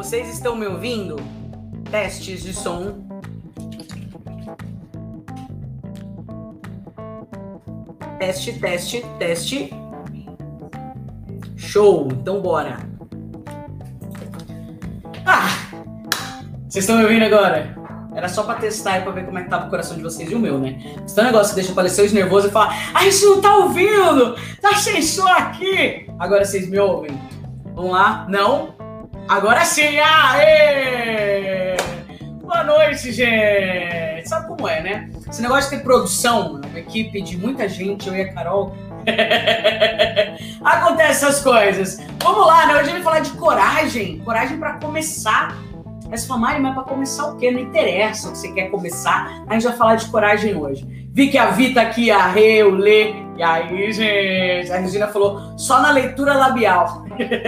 Vocês estão me ouvindo? Testes de som. Teste, teste, teste. Show! Então bora. Vocês estão me ouvindo agora? Era só pra testar e pra ver como é que tava o coração de vocês e o meu, né? Esse é um negócio que deixa aparecer os nervosos e falar: a gente não tá ouvindo! Tá sem som aqui! Agora vocês me ouvem? Vamos lá? Não? Agora sim! Aê! Boa noite, gente! Sabe como é, né? Esse negócio de ter produção, uma equipe de muita gente, eu e a Carol. Acontece essas coisas. Vamos lá, né? Hoje a gente vai falar de coragem. Coragem pra começar. Aí você fala: Mari, mas pra começar o quê? Não interessa o que você quer começar. A gente vai falar de coragem hoje. Vi que a Vi tá aqui, a Rê, o Lê. E aí, gente? A Regina falou só na leitura labial.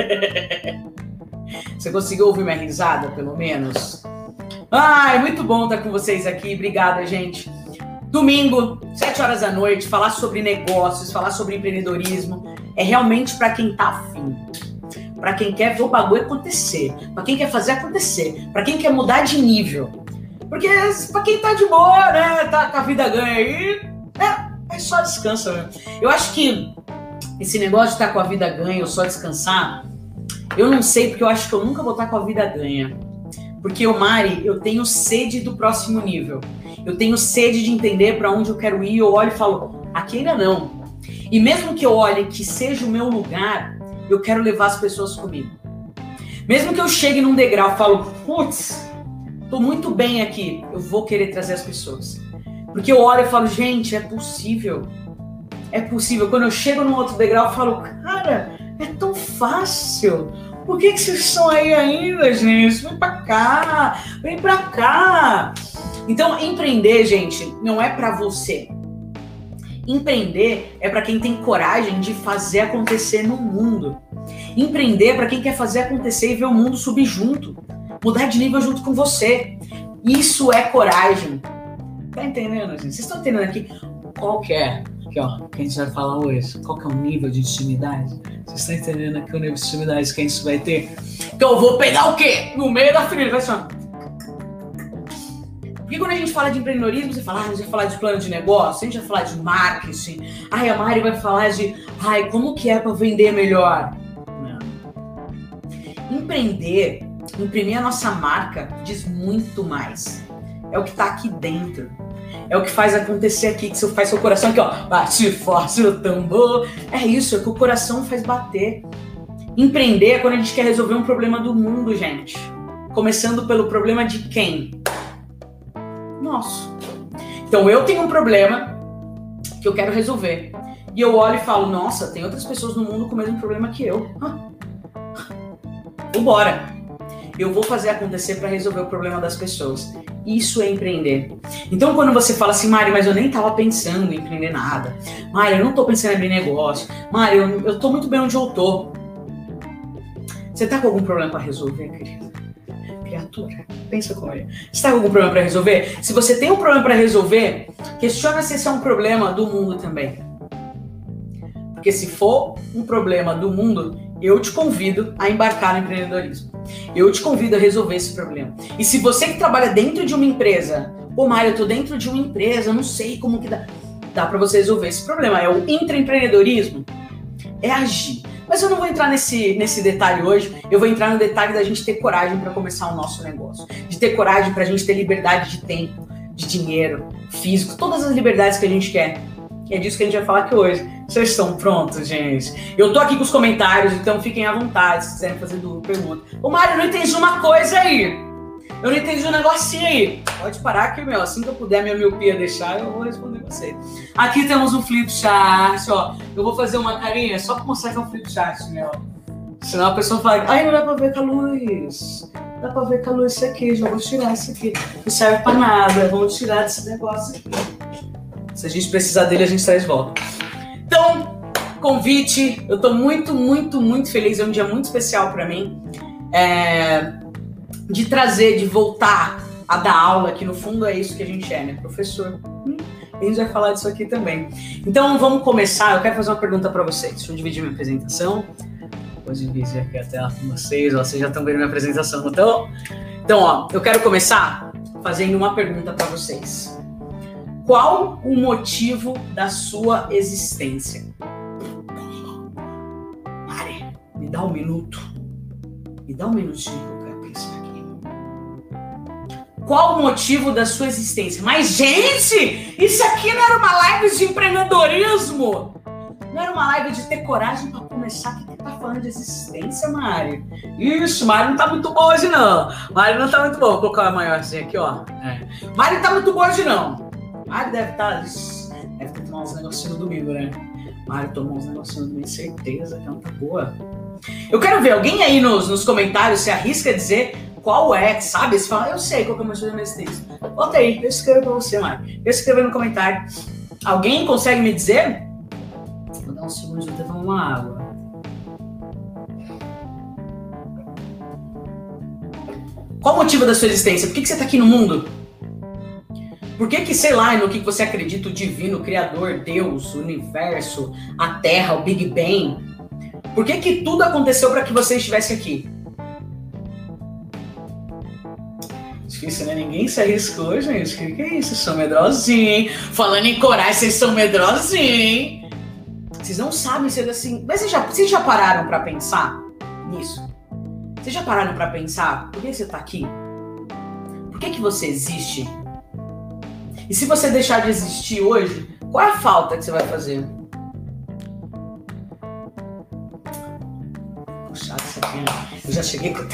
Você conseguiu ouvir minha risada, pelo menos? Ai, muito bom estar com vocês aqui. Obrigada, gente. Domingo, 7 horas da noite, falar sobre negócios, falar sobre empreendedorismo. É realmente para quem tá afim. Para quem quer ver o bagulho acontecer. Para quem quer fazer acontecer. Para quem quer mudar de nível. Porque para quem tá de boa, né? Tá com a vida ganha aí. É só descansa, né? Eu acho que esse negócio de estar com a vida ganha ou só descansar, eu não sei, porque eu acho que eu nunca vou estar com a vida ganha. Porque, Mari, eu tenho sede do próximo nível. Eu tenho sede de entender para onde eu quero ir. Eu olho e falo: aqui ainda não. E mesmo que eu olhe que seja o meu lugar, eu quero levar as pessoas comigo. Mesmo que eu chegue num degrau e falo: putz, tô muito bem aqui, eu vou querer trazer as pessoas. Porque eu olho e falo: gente, é possível. É possível. Quando eu chego num outro degrau, eu falo: cara, é tão fácil. Por que vocês estão aí ainda, gente? Vem pra cá, vem pra cá. Então, empreender, gente, não é pra você. Empreender é pra quem tem coragem de fazer acontecer no mundo. Empreender é pra quem quer fazer acontecer e ver o mundo subir junto. Mudar de nível junto com você. Isso é coragem. Tá entendendo, gente? Vocês estão entendendo aqui qual que é? Aqui, ó, que a gente vai falar hoje. Qual que é o nível de intimidade? Vocês estão entendendo aqui o nível de intimidade que a gente vai ter? Então eu vou pegar o quê? No meio da ferida, vai só. Porque quando a gente fala de empreendedorismo, você fala: a gente vai falar de plano de negócio, a gente vai falar de marketing. A Mari vai falar de como que é para vender melhor. Não. Empreender, imprimir a nossa marca, diz muito mais. É o que tá aqui dentro. É o que faz acontecer aqui, que você faz seu coração aqui, ó, bate forte o tambor. É isso, é que o coração faz bater. Empreender é quando a gente quer resolver um problema do mundo, gente. Começando pelo problema de quem? Nosso. Então eu tenho um problema que eu quero resolver. E eu olho e falo: nossa, tem outras pessoas no mundo com o mesmo problema que eu. Vambora. Eu vou fazer acontecer para resolver o problema das pessoas. Isso é empreender. Então, quando você fala assim: Mari, mas eu nem tava pensando em empreender nada. Mari, eu não tô pensando em abrir negócio. Mari, eu tô muito bem onde eu tô. Você tá com algum problema para resolver, querida? Criatura, pensa comigo. Você tá com algum problema para resolver? Se você tem um problema para resolver, questiona se esse é um problema do mundo também. Porque se for um problema do mundo, eu te convido a embarcar no empreendedorismo. Eu te convido a resolver esse problema. E se você que trabalha dentro de uma empresa: Mari, eu tô dentro de uma empresa, eu não sei como que dá pra você resolver esse problema. É o intraempreendedorismo. É agir. Mas eu não vou entrar nesse detalhe hoje. Eu vou entrar no detalhe da gente ter coragem para começar o nosso negócio. De ter coragem pra gente ter liberdade de tempo, de dinheiro, físico, todas as liberdades que a gente quer. E é disso que a gente vai falar aqui hoje. Vocês estão prontos, gente? Eu tô aqui com os comentários, então fiquem à vontade se quiserem fazer pergunta. Mário, eu não entendi uma coisa aí. Eu não entendi um negocinho aí. Pode parar que, assim que eu puder minha miopia deixar, eu vou responder você. Aqui temos um flip chart, ó. Eu vou fazer uma carinha só pra mostrar que é um flip chart, meu. Senão a pessoa fala: não dá pra ver com a luz. Dá pra ver com a luz isso aqui, já vou tirar isso aqui. Não serve pra nada, vamos tirar desse negócio aqui. Se a gente precisar dele, a gente traz de volta. Então, convite. Eu tô muito, muito, muito feliz. É um dia muito especial pra mim. De trazer, de voltar a dar aula, que no fundo é isso que a gente é, né? Professor. A gente vai falar disso aqui também. Então, vamos começar. Eu quero fazer uma pergunta pra vocês. Deixa eu dividir minha apresentação. Depois dividir aqui a tela com vocês. Ó, vocês já estão vendo minha apresentação, então? Então, ó, eu quero começar fazendo uma pergunta para vocês. Qual o motivo da sua existência? Mari, me dá um minuto. Me dá um minutinho que eu quero pensar aqui. Qual o motivo da sua existência? Mas, gente, isso aqui não era uma live de empreendedorismo. Não era uma live de ter coragem para começar. O que tá falando de existência, Mari? Isso, Mari não tá muito boa hoje, não. Mari não tá muito boa. Vou colocar uma maiorzinha aqui, ó. Mari não tá muito boa hoje, não. Mari deve ter tomado uns negocinhos no domingo, né? Mari tomou uns negocinhos no domingo, certeza que ela não tá boa. Eu quero ver alguém aí nos comentários se arrisca a dizer qual é, sabe? Se fala, eu sei qual que é o motivo da minha existência. Bota aí, eu escrevo pra você, Mari. Eu escrevo no comentário. Alguém consegue me dizer? Vou dar um segundo, eu vou tomar uma água. Qual o motivo da sua existência? Por que você tá aqui no mundo? Por que, sei lá, no que você acredita, o divino, o criador, Deus, o universo, a Terra, o Big Bang? Por que tudo aconteceu para que você estivesse aqui? Difícil, né? Ninguém se arriscou, gente. O que é isso? Vocês são medrosinhos, hein? Falando em coragem, vocês são medrosinhos, hein? Vocês não sabem ser assim... Mas vocês já pararam para pensar nisso? Vocês já pararam para pensar por que você tá aqui? Por que você existe? E se você deixar de existir hoje, qual é a falta que você vai fazer? Puxado isso aqui, né? Eu já cheguei com...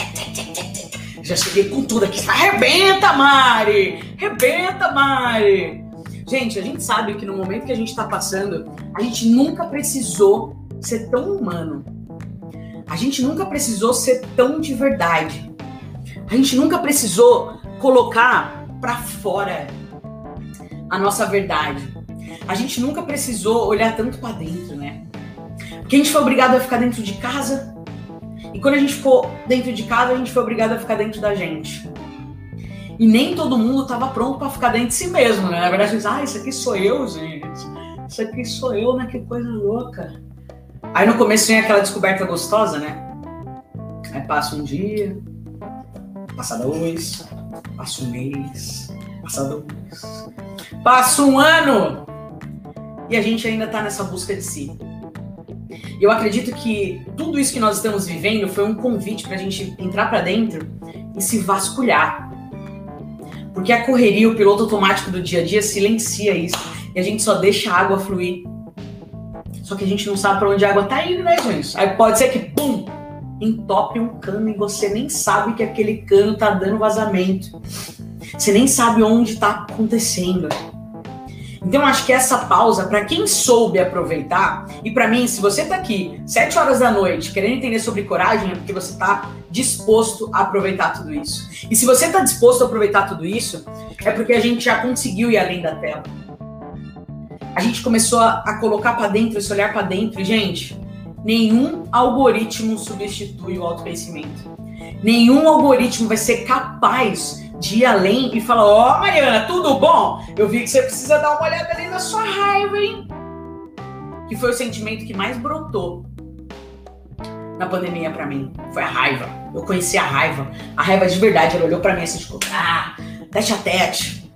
Já cheguei com tudo aqui. Arrebenta, Mari! Arrebenta, Mari! Gente, a gente sabe que no momento que a gente tá passando, a gente nunca precisou ser tão humano. A gente nunca precisou ser tão de verdade. A gente nunca precisou colocar pra fora a nossa verdade. A gente nunca precisou olhar tanto pra dentro, né? Porque a gente foi obrigado a ficar dentro de casa. E quando a gente ficou dentro de casa, a gente foi obrigado a ficar dentro da gente. E nem todo mundo tava pronto pra ficar dentro de si mesmo, né? Na verdade, a gente diz, isso aqui sou eu, gente. Isso aqui sou eu, né? Que coisa louca. Aí no começo vem aquela descoberta gostosa, né? Aí passa um dia, passa 2, passa um mês, passa 2, passa um ano. E a gente ainda tá nessa busca de si. Eu acredito que tudo isso que nós estamos vivendo foi um convite pra gente entrar pra dentro e se vasculhar. Porque a correria, o piloto automático do dia a dia silencia isso. E a gente só deixa a água fluir. Só que a gente não sabe pra onde a água tá indo, né, gente? Aí pode ser que, pum, entope um cano e você nem sabe que aquele cano tá dando vazamento. Você nem sabe onde tá acontecendo. Então, acho que essa pausa, para quem soube aproveitar, e para mim, se você tá aqui 7 horas da noite querendo entender sobre coragem, é porque você tá disposto a aproveitar tudo isso. E se você tá disposto a aproveitar tudo isso, é porque a gente já conseguiu ir além da tela. A gente começou a colocar para dentro, esse olhar para dentro, e, gente, nenhum algoritmo substitui o autoconhecimento. Nenhum algoritmo vai ser capaz de ir além e falar, ó, Mariana, tudo bom? Eu vi que você precisa dar uma olhada ali na sua raiva, hein? Que foi o sentimento que mais brotou na pandemia pra mim. Foi a raiva. Eu conheci a raiva. A raiva de verdade. Ela olhou pra mim assim, tipo, tete a tete.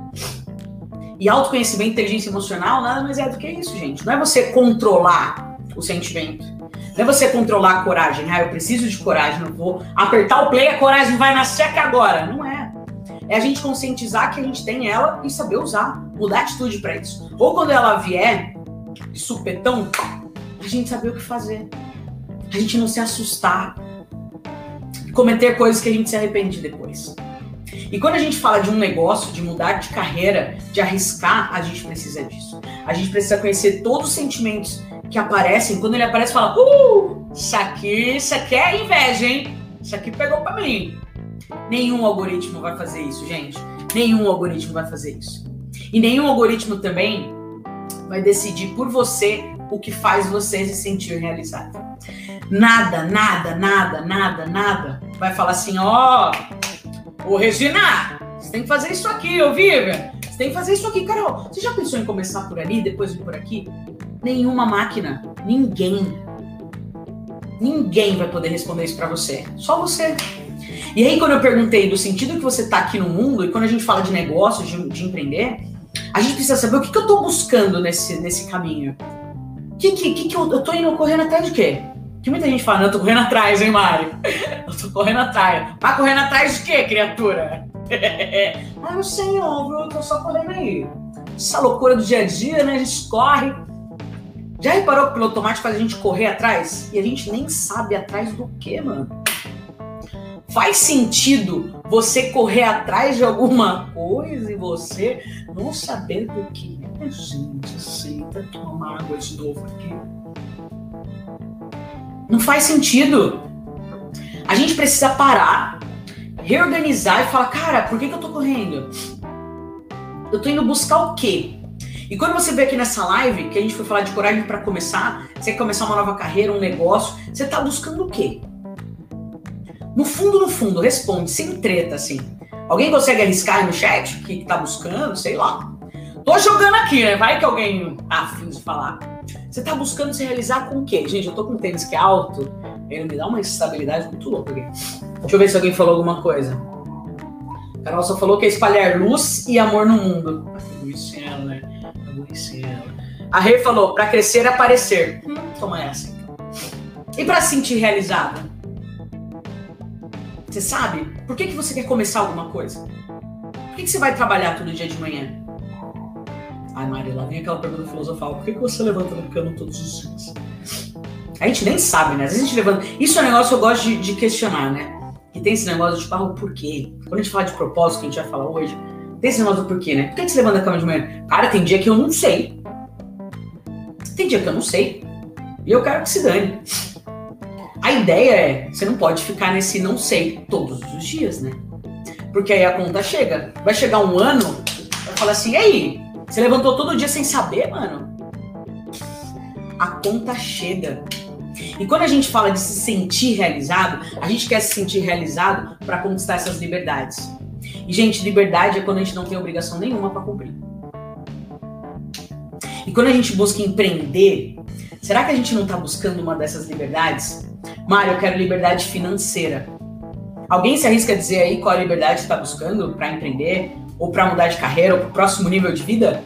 E autoconhecimento, inteligência emocional, nada mais é do que isso, gente. Não é você controlar o sentimento. Não é você controlar a coragem. Eu preciso de coragem, não vou apertar o play, a coragem vai nascer aqui agora. Não é. É a gente conscientizar que a gente tem ela e saber usar, mudar a atitude pra isso. Ou quando ela vier de supetão, a gente saber o que fazer. A gente não se assustar. Cometer coisas que a gente se arrepende depois. E quando a gente fala de um negócio, de mudar de carreira, de arriscar, a gente precisa disso. A gente precisa conhecer todos os sentimentos que aparecem. Quando ele aparece, fala, isso aqui é inveja, hein? Isso aqui pegou pra mim. Nenhum algoritmo vai fazer isso, gente. Nenhum algoritmo vai fazer isso. E nenhum algoritmo também vai decidir por você o que faz você se sentir realizado. Nada vai falar assim, ô Regina, você tem que fazer isso aqui, ô Vivian. Você tem que fazer isso aqui, Carol. Você já pensou em começar por ali, depois vir por aqui? Nenhuma máquina, ninguém Ninguém vai poder responder isso pra você. Só você. E aí, quando eu perguntei do sentido que você tá aqui no mundo, e quando a gente fala de negócio, de empreender, a gente precisa saber o que eu tô buscando nesse caminho. Que eu tô indo correndo atrás de quê? Que muita gente fala, não, eu tô correndo atrás, hein, Mário? Eu tô correndo atrás. Tá correndo atrás de quê, criatura? Ah, não sei, não, eu tô só correndo aí. Essa loucura do dia a dia, né? A gente corre. Já reparou que o piloto automático faz a gente correr atrás? E a gente nem sabe atrás do quê, mano? Faz sentido você correr atrás de alguma coisa e você não saber do que é? Gente, aceita tomar água de novo aqui. Não faz sentido. A gente precisa parar, reorganizar e falar, cara, por que eu tô correndo? Eu tô indo buscar o quê? E quando você vê aqui nessa live, que a gente foi falar de coragem para começar, você quer começar uma nova carreira, um negócio, você tá buscando o quê? No fundo, responde, sem treta, assim. Alguém consegue arriscar aí no chat o que tá buscando? Sei lá. Tô jogando aqui, né? Vai que alguém tá afim de falar. Você tá buscando se realizar com o quê? Gente, eu tô com um tênis que é alto, ele me dá uma estabilidade muito louca aqui. Deixa eu ver se alguém falou alguma coisa. A Carol só falou que é espalhar luz e amor no mundo. Aborrecendo, né? Aborrecendo. A Rê falou, pra crescer é aparecer. Toma essa, então. E pra se sentir realizada? Você sabe? Por que você quer começar alguma coisa? Por que você vai trabalhar todo dia de manhã? Ai, Maria, lá vem aquela pergunta filosofal. Por que você levanta da cama todos os dias? A gente nem sabe, né? Às vezes a gente levanta... Isso é um negócio que eu gosto de questionar, né? Que tem esse negócio de tipo, o porquê. Quando a gente fala de propósito, que a gente vai falar hoje, tem esse negócio do porquê, né? Por que você levanta da cama de manhã? Cara, tem dia que eu não sei. Tem dia que eu não sei. E eu quero que se dane. A ideia é, você não pode ficar nesse não sei todos os dias, né? Porque aí a conta chega. Vai chegar um ano, vai falar assim, e aí? Você levantou todo dia sem saber, mano? A conta chega. E quando a gente fala de se sentir realizado, a gente quer se sentir realizado para conquistar essas liberdades. E, gente, liberdade é quando a gente não tem obrigação nenhuma para cumprir. E quando a gente busca empreender, será que a gente não está buscando uma dessas liberdades? Mário, eu quero liberdade financeira. Alguém se arrisca a dizer aí qual a liberdade que está buscando para empreender? Ou para mudar de carreira, ou para o próximo nível de vida?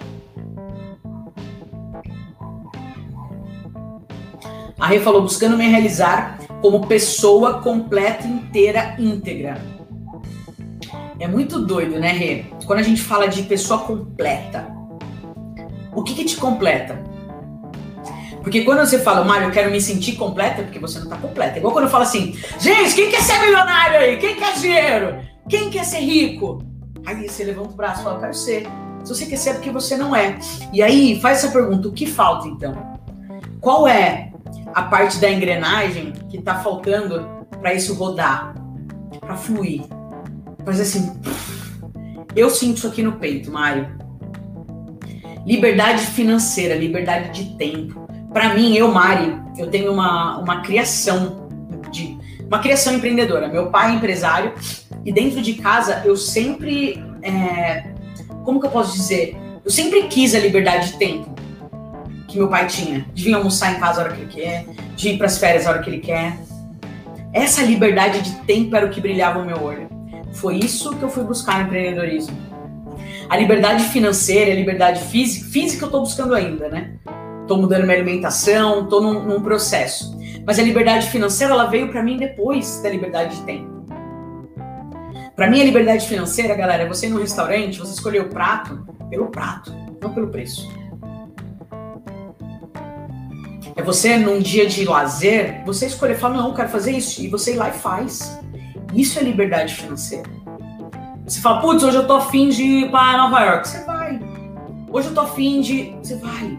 A Rê falou, buscando me realizar como pessoa completa, inteira, íntegra. É muito doido, né, Rê? Quando a gente fala de pessoa completa, o que te completa? Porque quando você fala, Mário, eu quero me sentir completa, é porque você não tá completa. É igual quando eu falo assim, gente, quem quer ser milionário aí? Quem quer dinheiro? Quem quer ser rico? Aí você levanta o braço e fala, eu quero ser. Se você quer ser, é porque você não é. E aí, faz essa pergunta, o que falta então? Qual é a parte da engrenagem que tá faltando para isso rodar? Para fluir? Pra dizer assim, eu sinto isso aqui no peito, Mário. Liberdade financeira, liberdade de tempo. Para mim, Mário, eu tenho uma criação empreendedora. Meu pai é empresário e dentro de casa eu sempre, como que eu posso dizer? Eu sempre quis a liberdade de tempo que meu pai tinha. De vir almoçar em casa a hora que ele quer, de ir pras férias a hora que ele quer. Essa liberdade de tempo era o que brilhava o meu olho. Foi isso que eu fui buscar no empreendedorismo. A liberdade financeira, a liberdade física eu tô buscando ainda, né? Tô mudando minha alimentação, tô num processo. Mas a liberdade financeira, ela veio pra mim depois da liberdade de tempo. Pra mim, a liberdade financeira, galera, é você ir num restaurante, você escolher o prato pelo prato, não pelo preço. É você, num dia de lazer, você escolher, falar, não, eu quero fazer isso, e você ir lá e faz. Isso é liberdade financeira. Você fala, putz, hoje eu tô afim de ir pra Nova York. Você vai. Hoje eu tô afim de... Você vai.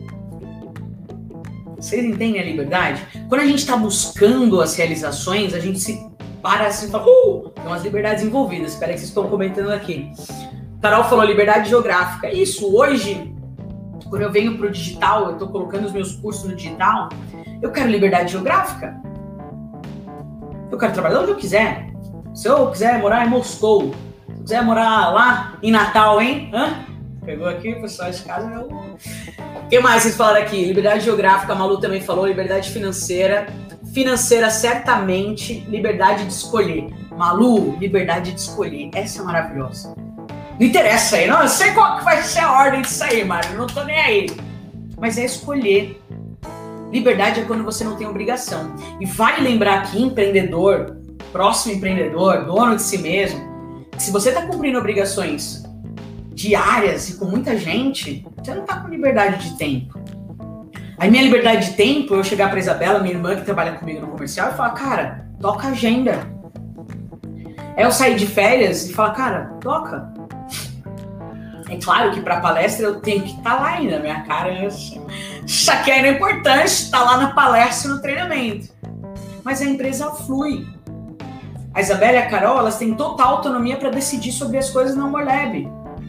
Vocês entendem a liberdade? Quando a gente tá buscando as realizações, a gente se para assim e fala, tem umas liberdades envolvidas. Espera aí que vocês estão comentando aqui. Carol falou liberdade geográfica. Isso, hoje, quando eu venho pro digital, eu tô colocando os meus cursos no digital, eu quero liberdade geográfica. Eu quero trabalhar onde eu quiser. Se eu quiser morar em Moscou, se eu quiser morar lá em Natal, hein? Pegou aqui, pessoal, esse caso é o... O que mais vocês falaram aqui? Liberdade geográfica, a Malu também falou, liberdade financeira, financeira, certamente, liberdade de escolher. Malu, liberdade de escolher. Essa é maravilhosa. Não interessa aí, não. Eu sei qual que vai ser a ordem disso aí, Mário. Eu não tô nem aí. Mas é escolher. Liberdade é quando você não tem obrigação. E vale lembrar que empreendedor, próximo empreendedor, dono de si mesmo, que se você está cumprindo obrigações diárias e com muita gente, você não está com liberdade de tempo. A minha liberdade de tempo, eu chegar para Isabela, minha irmã que trabalha comigo no comercial, e falar, cara, toca a agenda. É eu sair de férias e falar, cara, toca. É claro que para palestra eu tenho que estar lá ainda, minha cara, isso aqui ainda é importante, estar lá na palestra e no treinamento. Mas a empresa flui. A Isabela e a Carol, elas têm total autonomia para decidir sobre as coisas na Humor Lab.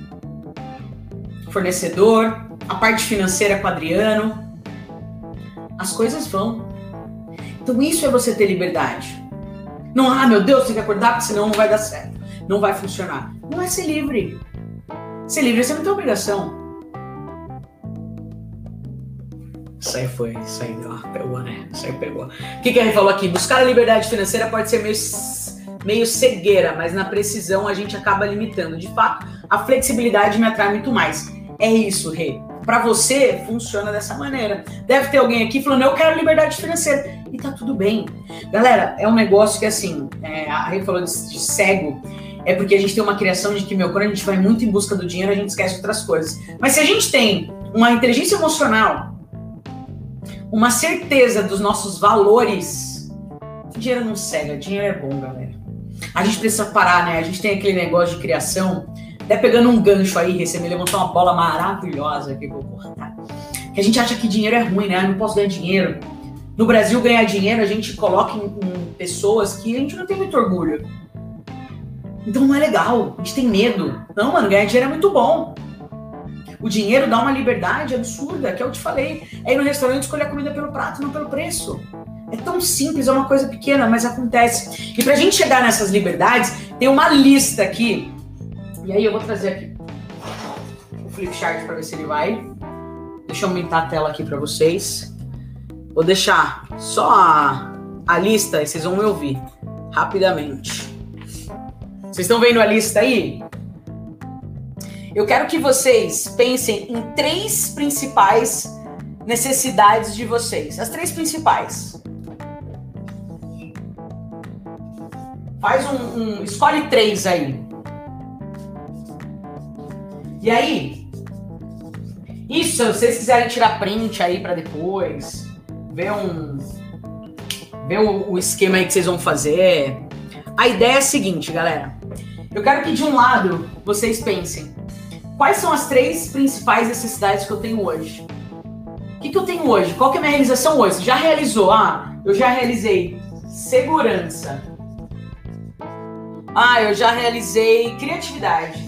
Fornecedor, a parte financeira com o Adriano. As coisas vão. Então isso é você ter liberdade. Não, meu Deus, tem que acordar porque senão não vai dar certo. Não vai funcionar. Não é ser livre. Ser livre é você não ter obrigação. Isso aí pegou, né? Isso aí pegou. O que a gente falou aqui? Buscar a liberdade financeira pode ser meio cegueira, mas na precisão a gente acaba limitando. De fato, a flexibilidade me atrai muito mais. É isso, Rê. Pra você, funciona dessa maneira. Deve ter alguém aqui falando, eu quero liberdade financeira. E tá tudo bem. Galera, é um negócio que assim, a Rê falou de cego, é porque a gente tem uma criação de que, quando a gente vai muito em busca do dinheiro, a gente esquece outras coisas. Mas se a gente tem uma inteligência emocional, uma certeza dos nossos valores, dinheiro não cega, dinheiro é bom, galera. A gente precisa parar, né? A gente tem aquele negócio de criação. Até pegando um gancho aí, você me levantou uma bola maravilhosa que eu vou cortar. Que a gente acha que dinheiro é ruim, né? Eu não posso ganhar dinheiro. No Brasil, ganhar dinheiro a gente coloca em pessoas que a gente não tem muito orgulho. Então não é legal, a gente tem medo. Não, mano, ganhar dinheiro é muito bom. O dinheiro dá uma liberdade absurda, que eu te falei. É ir no restaurante escolher a comida pelo prato, não pelo preço. É tão simples, é uma coisa pequena, mas acontece. E pra gente chegar nessas liberdades, tem uma lista aqui. E aí eu vou trazer aqui o flipchart para ver se ele vai. Deixa eu aumentar a tela aqui para vocês. Vou deixar só a lista e vocês vão me ouvir rapidamente. Vocês estão vendo a lista aí? Eu quero que vocês pensem em 3 principais necessidades de vocês. As 3 principais. Faz escolhe 3 aí. E aí, isso, se vocês quiserem tirar print aí pra depois, ver o esquema aí que vocês vão fazer. A ideia é a seguinte, galera. Eu quero que de um lado vocês pensem, quais são as 3 principais necessidades que eu tenho hoje? O que eu tenho hoje? Qual que é a minha realização hoje? Você já realizou? Eu já realizei segurança. Eu já realizei criatividade.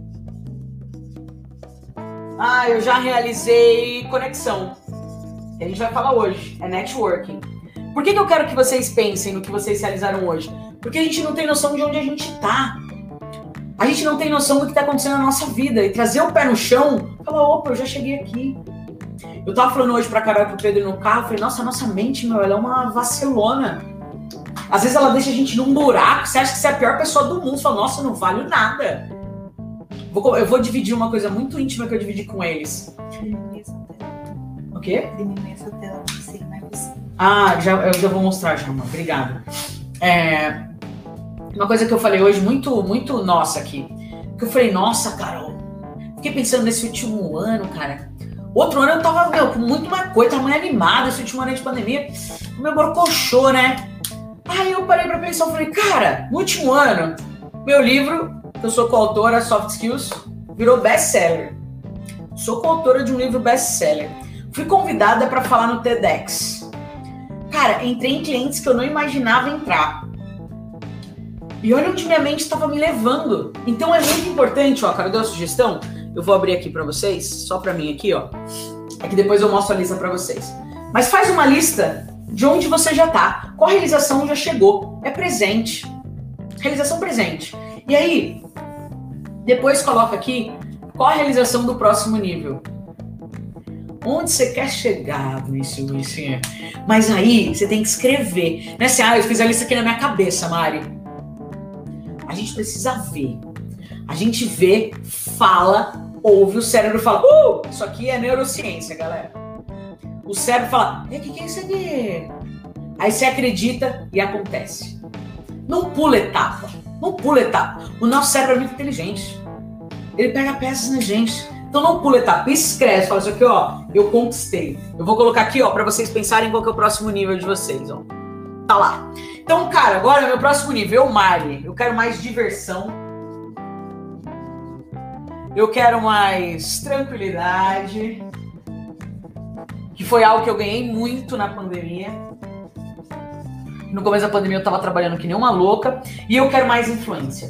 Eu já realizei conexão. Que a gente vai falar hoje. É networking. Por que eu quero que vocês pensem no que vocês realizaram hoje? Porque a gente não tem noção de onde a gente tá. A gente não tem noção do que tá acontecendo na nossa vida. E trazer o pé no chão, falar, opa, eu já cheguei aqui. Eu tava falando hoje pra Carol e pro Pedro no carro, falei, nossa, a nossa mente, ela é uma vacilona. Às vezes ela deixa a gente num buraco, você acha que você é a pior pessoa do mundo, você fala, nossa, eu não valho nada. Eu vou dividir uma coisa muito íntima que eu dividi com eles. Diminui essa tela. O quê? Diminui essa tela pra você, não é possível. Eu já vou mostrar, já, mano. Obrigado. Uma coisa que eu falei hoje, muito, muito nossa aqui. Que eu falei, nossa, Carol, fiquei pensando nesse último ano, cara. Outro ano eu tava, com muito mais coisa, tava muito animada, esse último ano de pandemia. O meu brocochô, né? Aí eu parei pra pensar, eu falei, cara, no último ano, meu livro, eu sou coautora, Soft Skills, virou best-seller. Sou coautora de um livro best-seller. Fui convidada para falar no TEDx. Cara, entrei em clientes que eu não imaginava entrar. E olha onde minha mente estava me levando. Então é muito importante, cara, eu dei uma sugestão. Eu vou abrir aqui para vocês, só para mim aqui, É que depois eu mostro a lista para vocês. Mas faz uma lista de onde você já tá. Qual realização já chegou? É presente. Realização presente. E aí, depois coloca aqui qual a realização do próximo nível. Onde você quer chegar, Luizinho? Mas aí, você tem que escrever. Não é assim, eu fiz a lista aqui na minha cabeça, Mari. A gente precisa ver. A gente vê, fala, ouve, o cérebro fala, isso aqui é neurociência, galera. O cérebro fala, o que é isso aqui? Aí você acredita e acontece. Não pula etapa. O nosso cérebro é muito inteligente. Ele pega peças na gente. Então não pula etapa, escreve, fala isso aqui, eu conquistei. Eu vou colocar aqui, para vocês pensarem qual que é o próximo nível de vocês, Tá lá. Então, cara, agora meu próximo nível, Mari. Eu quero mais diversão. Eu quero mais tranquilidade. Que foi algo que eu ganhei muito na pandemia. No começo da pandemia eu tava trabalhando que nem uma louca. E eu quero mais influência.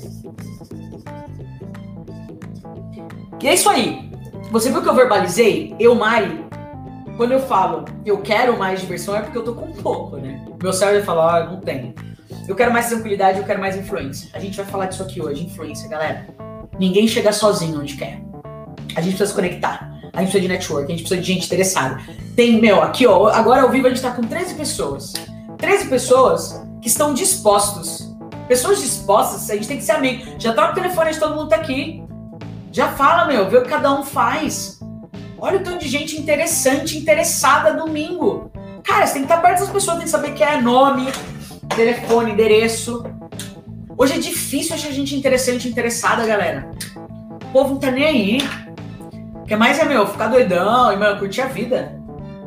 E é isso aí. Você viu que eu verbalizei? Eu, Mari, quando eu falo eu quero mais diversão é porque eu tô com pouco, né? Meu cérebro fala, não tenho. Eu quero mais tranquilidade, eu quero mais influência. A gente vai falar disso aqui hoje, influência, galera. Ninguém chega sozinho onde quer. A gente precisa se conectar. A gente precisa de network, a gente precisa de gente interessada. Tem, aqui, agora ao vivo a gente tá com 13 pessoas. 13 pessoas que estão dispostos. Pessoas dispostas, a gente tem que ser amigo. Já troca o telefone de todo mundo tá aqui. Já fala, vê o que cada um faz. Olha o tanto de gente interessante, interessada domingo. Cara, você tem que estar perto das pessoas, tem que saber quem é nome, telefone, endereço. Hoje é difícil achar gente interessante, interessada, galera. O povo não tá nem aí. O que mais ficar doidão e, curtir a vida.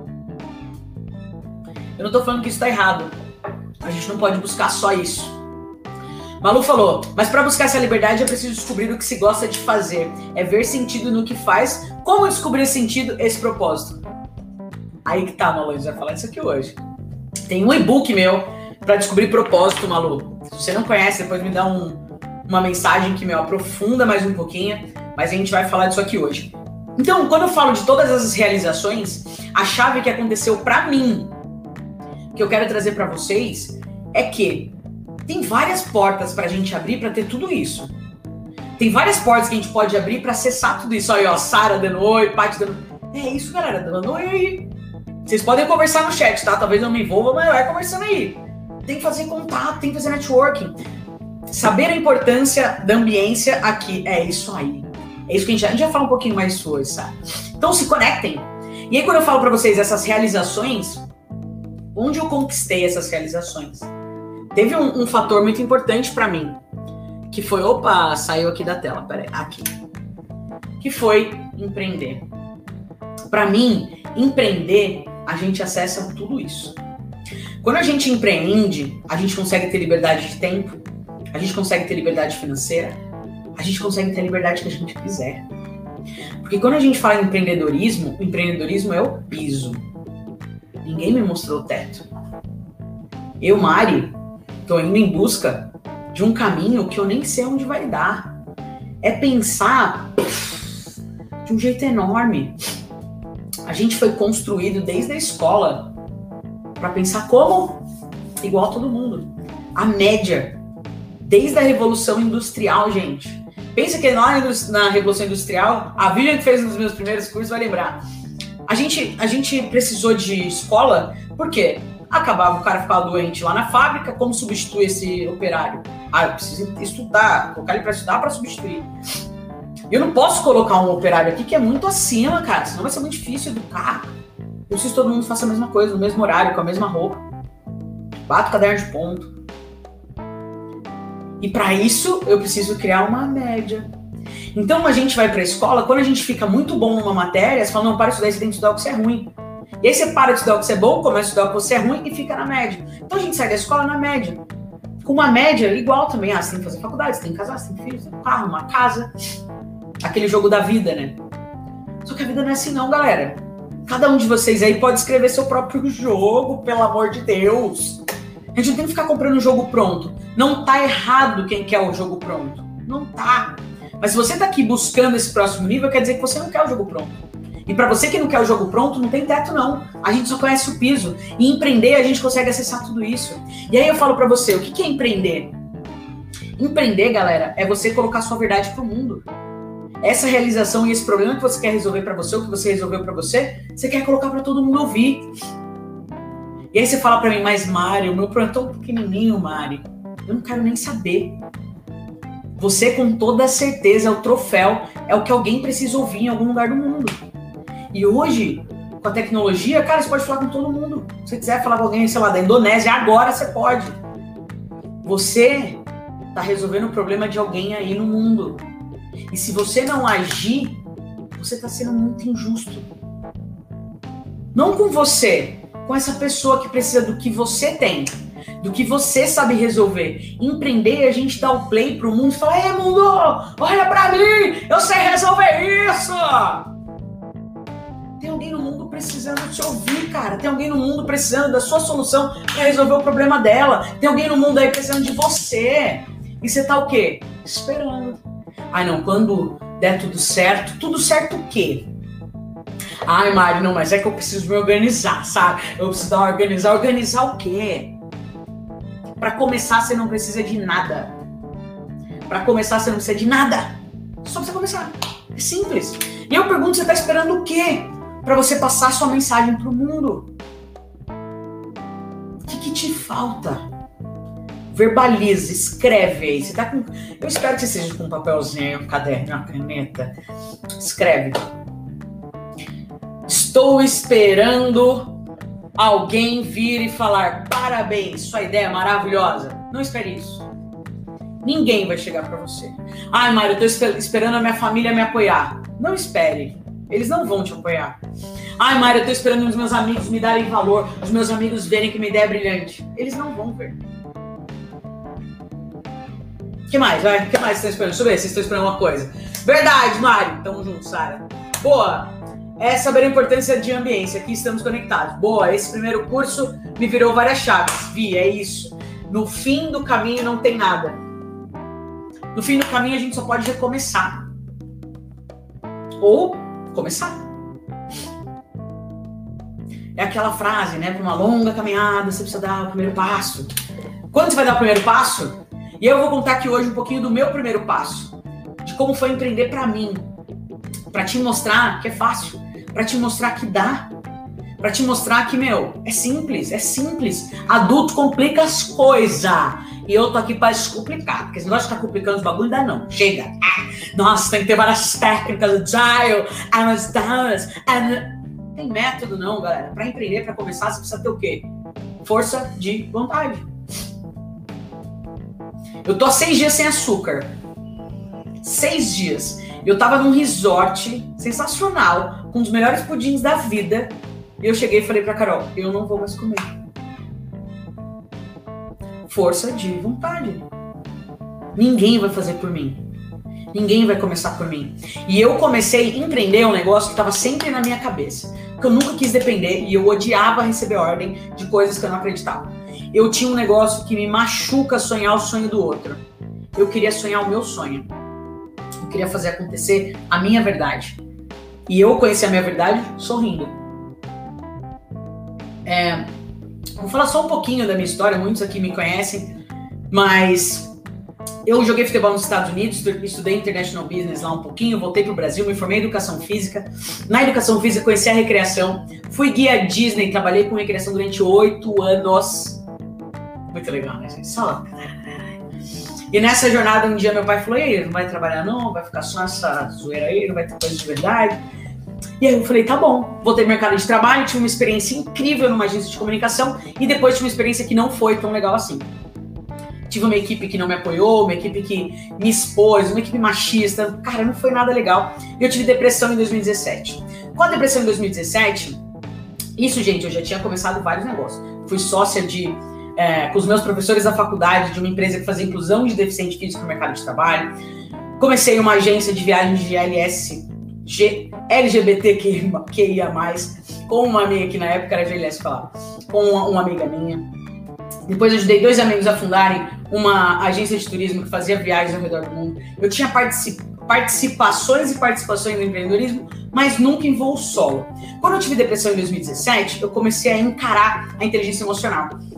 Eu não tô falando que isso tá errado. A gente não pode buscar só isso. Malu falou, mas para buscar essa liberdade é preciso descobrir o que se gosta de fazer. É ver sentido no que faz. Como descobrir sentido, esse propósito? Aí que tá, Malu, a gente vai falar disso aqui hoje. Tem um e-book meu para descobrir propósito, Malu. Se você não conhece, depois me dá uma mensagem que aprofunda mais um pouquinho. Mas a gente vai falar disso aqui hoje. Então, quando eu falo de todas essas realizações, a chave que aconteceu para mim, que eu quero trazer para vocês, é que tem várias portas pra gente abrir pra ter tudo isso. Tem várias portas que a gente pode abrir pra acessar tudo isso. Aí, Sara dando oi, Paty dando... É isso, galera, dando oi aí. Vocês podem conversar no chat, tá? Talvez eu me envolva, mas vai conversando aí. Tem que fazer contato, tem que fazer networking. Saber a importância da ambiência aqui. É isso aí. É isso que a gente vai falar um pouquinho mais disso hoje, sabe? Então se conectem. E aí quando eu falo pra vocês essas realizações, onde eu conquistei essas realizações? Teve um fator muito importante pra mim, que foi, saiu aqui da tela, peraí, aqui, que foi empreender. Pra mim, empreender, a gente acessa tudo isso. Quando a gente empreende, a gente consegue ter liberdade de tempo, a gente consegue ter liberdade financeira, a gente consegue ter a liberdade que a gente quiser. Porque quando a gente fala em empreendedorismo, o empreendedorismo é o piso. Ninguém me mostrou o teto. Eu, Mari, tô indo em busca de um caminho que eu nem sei onde vai dar. É pensar de um jeito enorme. A gente foi construído desde a escola para pensar como? Igual a todo mundo. A média. Desde a Revolução Industrial, gente. Pensa que lá na Revolução Industrial, a Vivian que fez um dos meus primeiros cursos vai lembrar. A gente precisou de escola, por quê? Acabava o cara ficar doente lá na fábrica, como substituir esse operário? Eu preciso estudar, colocar ele para estudar para substituir. Eu não posso colocar um operário aqui que é muito acima, cara, senão vai ser muito difícil educar. Eu preciso que todo mundo faça a mesma coisa, no mesmo horário, com a mesma roupa. Bata o caderno de ponto. E para isso, eu preciso criar uma média. Então, a gente vai para a escola, quando a gente fica muito bom numa matéria, você fala, não, para de estudar, você tem que estudar o que você é ruim. E aí você para de estudar o que você é bom, começa a estudar o que você é ruim e fica na média. Então a gente sai da escola na média. Com uma média igual também. Você tem que fazer faculdade, você tem que casar, você tem filhos, você tem um carro, uma casa. Aquele jogo da vida, né? Só que a vida não é assim não, galera. Cada um de vocês aí pode escrever seu próprio jogo, pelo amor de Deus. A gente não tem que ficar comprando um jogo pronto. Não tá errado quem quer o jogo pronto. Não tá. Mas se você tá aqui buscando esse próximo nível, quer dizer que você não quer o jogo pronto. E para você que não quer o jogo pronto, não tem teto não. A gente só conhece o piso. E empreender, a gente consegue acessar tudo isso. E aí eu falo para você, o que é empreender? Empreender, galera, é você colocar sua verdade pro mundo. essa realização e esse problema que você quer resolver pra você, ou que você resolveu pra você, você quer colocar pra todo mundo ouvir. E aí você fala pra mim, mas Mari, o meu problema é tão pequenininho, Mari. Eu não quero nem saber. Você, com toda certeza, é o troféu, é o que alguém precisa ouvir em algum lugar do mundo. E hoje, com a tecnologia, cara, você pode falar com todo mundo. Se você quiser falar com alguém, sei lá, da Indonésia, agora você pode. Você tá resolvendo o problema de alguém aí no mundo. E se você não agir, você tá sendo muito injusto. Não com você, com essa pessoa que precisa do que você tem, do que você sabe resolver. Empreender, a gente dá o play pro mundo e fala, ei, mundo, olha pra mim, eu sei resolver isso. Tem alguém no mundo precisando te ouvir, cara. Tem alguém no mundo precisando da sua solução pra resolver o problema dela. Tem alguém no mundo aí precisando de você. E você tá o quê? Esperando. Ai, não, quando der tudo certo o quê? Ai, Mari, não, mas é que eu preciso me organizar, sabe? Eu preciso dar uma organizar. Organizar o quê? Pra começar, você não precisa de nada. Pra começar, você não precisa de nada. Só precisa começar. É simples. E eu pergunto, você tá esperando o quê? Pra você passar sua mensagem pro mundo. O que te falta? Verbaliza, escreve aí. Você tá com... Eu espero que você seja com um papelzinho, um caderno, uma caneta. Escreve. Estou esperando alguém vir e falar parabéns, sua ideia é maravilhosa. Não espere isso. Ninguém vai chegar pra você. Ai, Mário, eu tô esperando a minha família me apoiar. Não espere. Eles não vão te apoiar. Ai, Mário, eu tô esperando os meus amigos me darem valor, os meus amigos verem que minha ideia é brilhante. Eles não vão ver. O que mais, vai? O que mais vocês estão esperando? Deixa eu ver se vocês estão esperando uma coisa. Verdade, Mário. Tamo junto, Sara. Boa. É saber a importância de ambiência. Aqui estamos conectados. Boa. Esse primeiro curso me virou várias chaves. Vi, é isso. No fim do caminho não tem nada. No fim do caminho a gente só pode recomeçar. Ou começar. É aquela frase, né? Para uma longa caminhada você precisa dar o primeiro passo. Quando você vai dar o primeiro passo? E eu vou contar aqui hoje um pouquinho do meu primeiro passo. De como foi empreender pra mim. Pra te mostrar que é fácil. Pra te mostrar que dá. Pra te mostrar que, meu, é simples, é simples. Adulto complica as coisas. E eu tô aqui pra descomplicar. Porque esse negócio de ficar complicando os bagulho dá não. Chega. Nossa, tem que ter várias técnicas. Agile, tem método não, galera. Pra empreender, pra começar, você precisa ter o quê? Força de vontade. Eu tô há 6 dias sem açúcar. 6 dias. Eu tava num resort sensacional, com os melhores pudins da vida. E eu cheguei e falei pra Carol, eu não vou mais comer. Força de vontade. Ninguém vai fazer por mim. Ninguém vai começar por mim. E eu comecei a empreender um negócio que tava sempre na minha cabeça. Porque eu nunca quis depender e eu odiava receber ordem de coisas que eu não acreditava. Eu tinha um negócio que me machuca sonhar o sonho do outro. Eu queria sonhar o meu sonho. Eu queria fazer acontecer a minha verdade. E eu conheci a minha verdade sorrindo. Vou falar só um pouquinho da minha história, muitos aqui me conhecem, mas eu joguei futebol nos Estados Unidos, estudei International Business lá um pouquinho, voltei pro Brasil, me formei em Educação Física. Na Educação Física conheci a recreação, fui guia Disney, trabalhei com recreação durante 8 anos. Muito legal, né, gente? Só... E nessa jornada, um dia meu pai falou, e aí, não vai trabalhar não? Vai ficar só essa zoeira aí? Não vai ter coisa de verdade? E aí eu falei, tá bom. Voltei pro mercado de trabalho, tive uma experiência incrível numa agência de comunicação e depois tive uma experiência que não foi tão legal assim. Tive uma equipe que não me apoiou, uma equipe que me expôs, uma equipe machista. Cara, não foi nada legal. E eu tive depressão em 2017. Com a depressão em 2017, isso, gente, eu já tinha começado vários negócios. Fui sócia com os meus professores da faculdade de uma empresa que fazia inclusão de deficiente físico no mercado de trabalho. Comecei uma agência de viagens de LGBTQIA+, com uma amiga que na época era GLS, falava, com uma amiga minha. Depois eu ajudei 2 amigos a fundarem uma agência de turismo que fazia viagens ao redor do mundo. Eu tinha participações no empreendedorismo, mas nunca em voo solo. Quando eu tive depressão em 2017, eu comecei a encarar a inteligência emocional.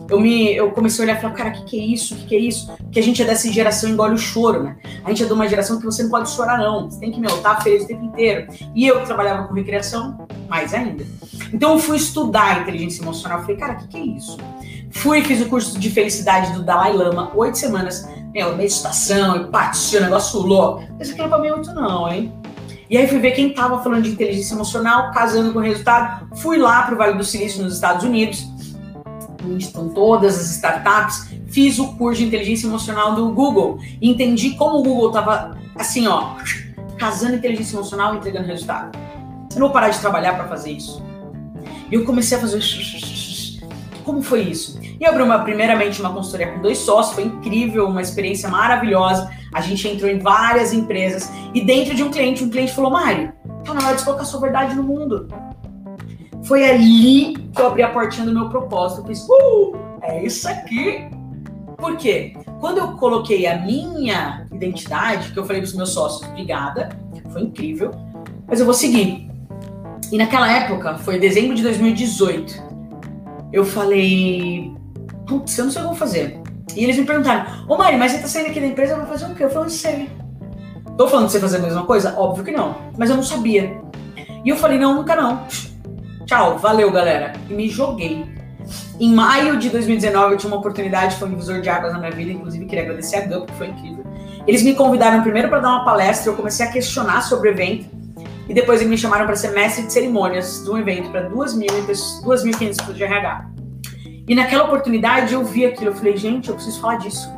eu comecei a olhar e falar, cara, o que é isso? O que é isso? Porque a gente é dessa geração engole o choro, né? A gente é de uma geração que você não pode chorar, não. Você tem que, estar feliz o tempo inteiro. E eu que trabalhava com recreação, mais ainda. Então eu fui estudar inteligência emocional. Eu falei, cara, o que é isso? Fiz o curso de felicidade do Dalai Lama, 8 semanas. Meditação, empatia, negócio louco. Mas aquilo pra mim é muito não, hein? E aí fui ver quem tava falando de inteligência emocional, casando com o resultado. Fui lá pro Vale do Silício, nos Estados Unidos, onde estão todas as startups. Fiz o curso de inteligência emocional do Google. E entendi como o Google tava, assim, casando inteligência emocional e entregando resultado. Eu não vou parar de trabalhar para fazer isso. E eu comecei a fazer... Como foi isso? E abri primeiramente uma consultoria com 2 sócios, foi incrível, uma experiência maravilhosa. A gente entrou em várias empresas e dentro de um cliente falou, Mário, tá na hora de colocar a sua verdade no mundo. Foi ali que eu abri a portinha do meu propósito. Eu pensei, é isso aqui. Por quê? Quando eu coloquei a minha identidade, que eu falei pros meus sócios, obrigada, foi incrível, mas eu vou seguir. E naquela época, foi dezembro de 2018, eu falei, putz, eu não sei o que eu vou fazer. E eles me perguntaram, ô Mari, mas você tá saindo aqui da empresa, vai fazer o quê? Eu falei, não sei. Tô falando de você fazer a mesma coisa? Óbvio que não, mas eu não sabia. E eu falei, não, nunca não. Tchau, valeu galera. E me joguei. Em maio de 2019 eu tinha uma oportunidade, foi um divisor de águas na minha vida, inclusive queria agradecer a Gup, que foi incrível. Eles me convidaram primeiro para dar uma palestra, eu comecei a questionar sobre o evento, e depois eles me chamaram para ser mestre de cerimônias de um evento para 2.500 pessoas de RH. E naquela oportunidade eu vi aquilo, eu falei, gente, eu preciso falar disso.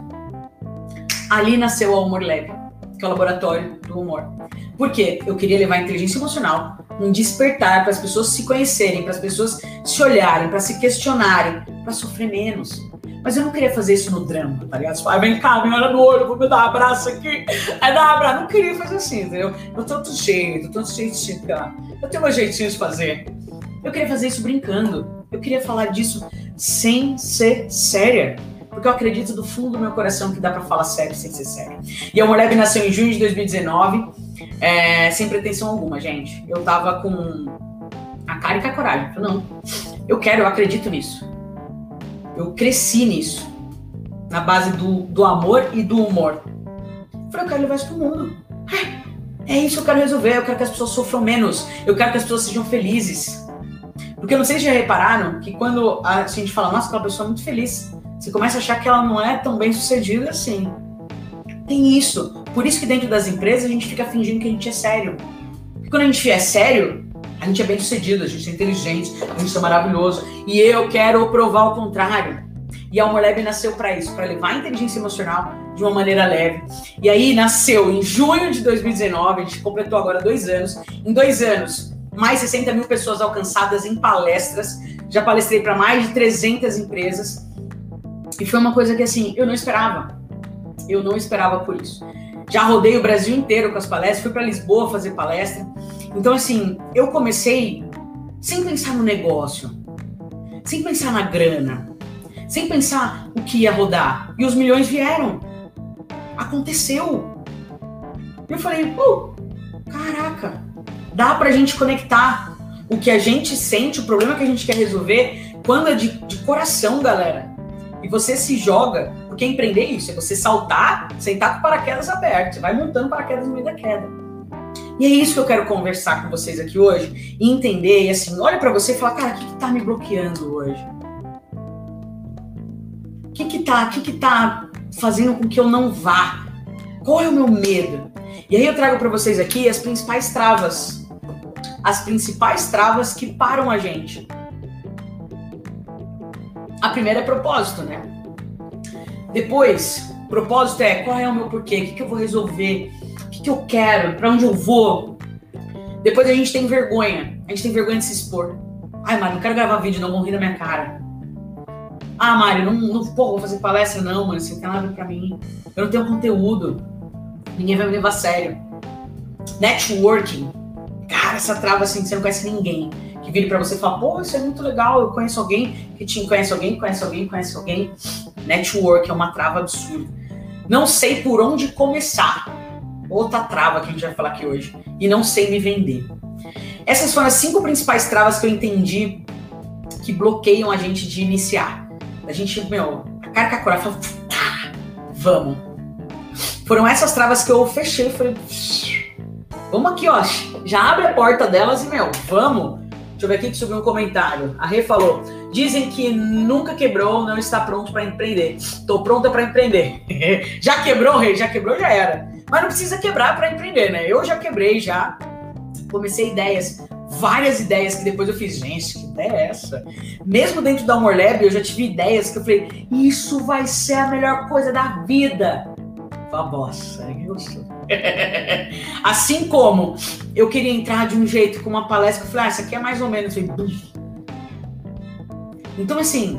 Ali nasceu a Humor Lab, que é o laboratório do humor. Por quê? Eu queria levar a inteligência emocional, um despertar para as pessoas se conhecerem, para as pessoas se olharem, para se questionarem, para sofrer menos. Mas eu não queria fazer isso no drama, tá ligado? Você fala, vem cá, me olha no olho, vou me dar um abraço aqui. Aí dá um abraço. Não queria fazer assim, entendeu? Eu tô todo cheio de xingar. Eu tenho um jeitinho de fazer. Eu queria fazer isso brincando. Eu queria falar disso sem ser séria. Porque eu acredito do fundo do meu coração que dá pra falar sério sem ser sério. E a Humor Lab nasceu em junho de 2019, sem pretensão alguma, gente. Eu tava com a cara e com a coragem. Eu falei, não, eu acredito nisso. Eu cresci nisso, na base do amor e do humor. Eu falei, eu quero levar isso pro mundo. É isso que eu quero resolver, eu quero que as pessoas sofram menos, eu quero que as pessoas sejam felizes. Porque eu não sei se já repararam que quando a gente fala, nossa, aquela pessoa é muito feliz, você começa a achar que ela não é tão bem sucedida assim. Tem isso. Por isso que dentro das empresas a gente fica fingindo que a gente é sério. Porque quando a gente é sério, a gente é bem sucedido, a gente é inteligente, a gente é maravilhoso. E eu quero provar o contrário. E a Humor Lab nasceu para isso, para levar a inteligência emocional de uma maneira leve. E aí nasceu em junho de 2019, a gente completou agora 2 anos. Em 2 anos, mais 60 mil pessoas alcançadas em palestras. Já palestrei para mais de 300 empresas. E foi uma coisa que, assim, eu não esperava. Eu não esperava por isso. Já rodei o Brasil inteiro com as palestras, fui para Lisboa fazer palestra. Então, assim, eu comecei sem pensar no negócio, sem pensar na grana, sem pensar o que ia rodar. E os milhões vieram. Aconteceu. E eu falei, caraca, dá pra gente conectar o que a gente sente, o problema que a gente quer resolver, quando é de coração, galera. E você se joga, porque empreender é isso, é você saltar, sentar com o paraquedas aberto, você vai montando paraquedas no meio da queda. E é isso que eu quero conversar com vocês aqui hoje, e entender, e assim, olha pra você e falar, cara, o que tá me bloqueando hoje? O que tá fazendo com que eu não vá? Qual é o meu medo? E aí eu trago pra vocês aqui as principais travas que param a gente. A primeira é propósito, né? Depois, propósito é qual é o meu porquê, o que eu vou resolver, o que eu quero, pra onde eu vou. Depois a gente tem vergonha de se expor. Ai, Mário, não quero gravar vídeo, não, vão rir da minha cara. Ah, Mário, não vou fazer palestra não, mano, você não tem nada pra mim. Eu não tenho conteúdo, ninguém vai me levar a sério. Networking, cara, essa trava assim, você não conhece ninguém. Que vire pra você e fala, pô, isso é muito legal, eu conheço alguém que te conhece alguém. Network é uma trava absurda. Não sei por onde começar. Outra trava que a gente vai falar aqui hoje. E não sei me vender. Essas foram as 5 principais travas que eu entendi que bloqueiam a gente de iniciar. A gente, meu, a cara com a coragem, fala, tá, vamos. Foram essas travas que eu fechei, falei, vamos aqui, ó, já abre a porta delas e, meu, vamos. Deixa eu ver aqui que subiu um comentário. A Rê falou, dizem que nunca quebrou, não está pronto para empreender. Tô pronta para empreender. Já quebrou, Rê? Já quebrou, já era. Mas não precisa quebrar para empreender, né? Eu já quebrei, já comecei ideias, várias ideias que depois eu fiz, gente, que ideia é essa? Mesmo dentro da Amor Lab, eu já tive ideias que eu falei, isso vai ser a melhor coisa da vida. Nossa, eu sou. Assim como eu queria entrar de um jeito com uma palestra, eu falei, isso aqui é mais ou menos. Eu falei, então, assim,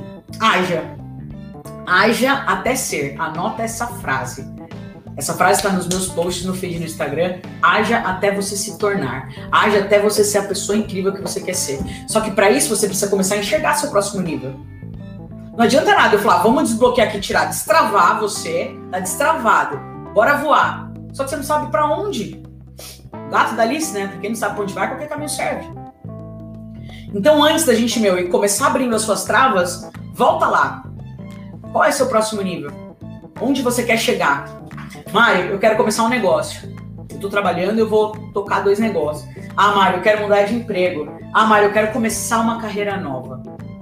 haja até ser. Anota essa frase. Essa frase está nos meus posts no feed no Instagram. Haja até você se tornar. Haja até você ser a pessoa incrível que você quer ser. Só que para isso você precisa começar a enxergar seu próximo nível. Não adianta nada eu falar, vamos desbloquear aqui, tirar, destravar você, tá destravado, bora voar. Só que você não sabe para onde. Gato da Alice, né? Pra quem não sabe pra onde vai, qualquer caminho serve. Então antes da gente, meu, começar abrindo as suas travas, volta lá. Qual é seu próximo nível? Onde você quer chegar? Mário, eu quero começar um negócio. Eu tô trabalhando, eu vou tocar 2 negócios. Mário, eu quero mudar de emprego. Mário, eu quero começar uma carreira nova.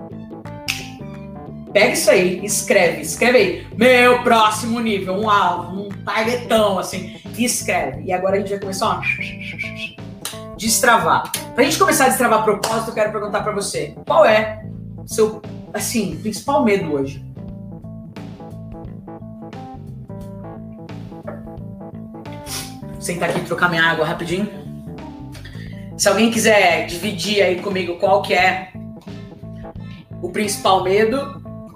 Pega isso aí, escreve aí. Meu próximo nível, um alvo, um targetão, assim. Escreve. E agora a gente vai começar a destravar. Pra gente começar a destravar propósito, eu quero perguntar pra você. Qual é o seu, assim, principal medo hoje? Vou sentar aqui e trocar minha água rapidinho. Se alguém quiser dividir aí comigo qual que é o principal medo.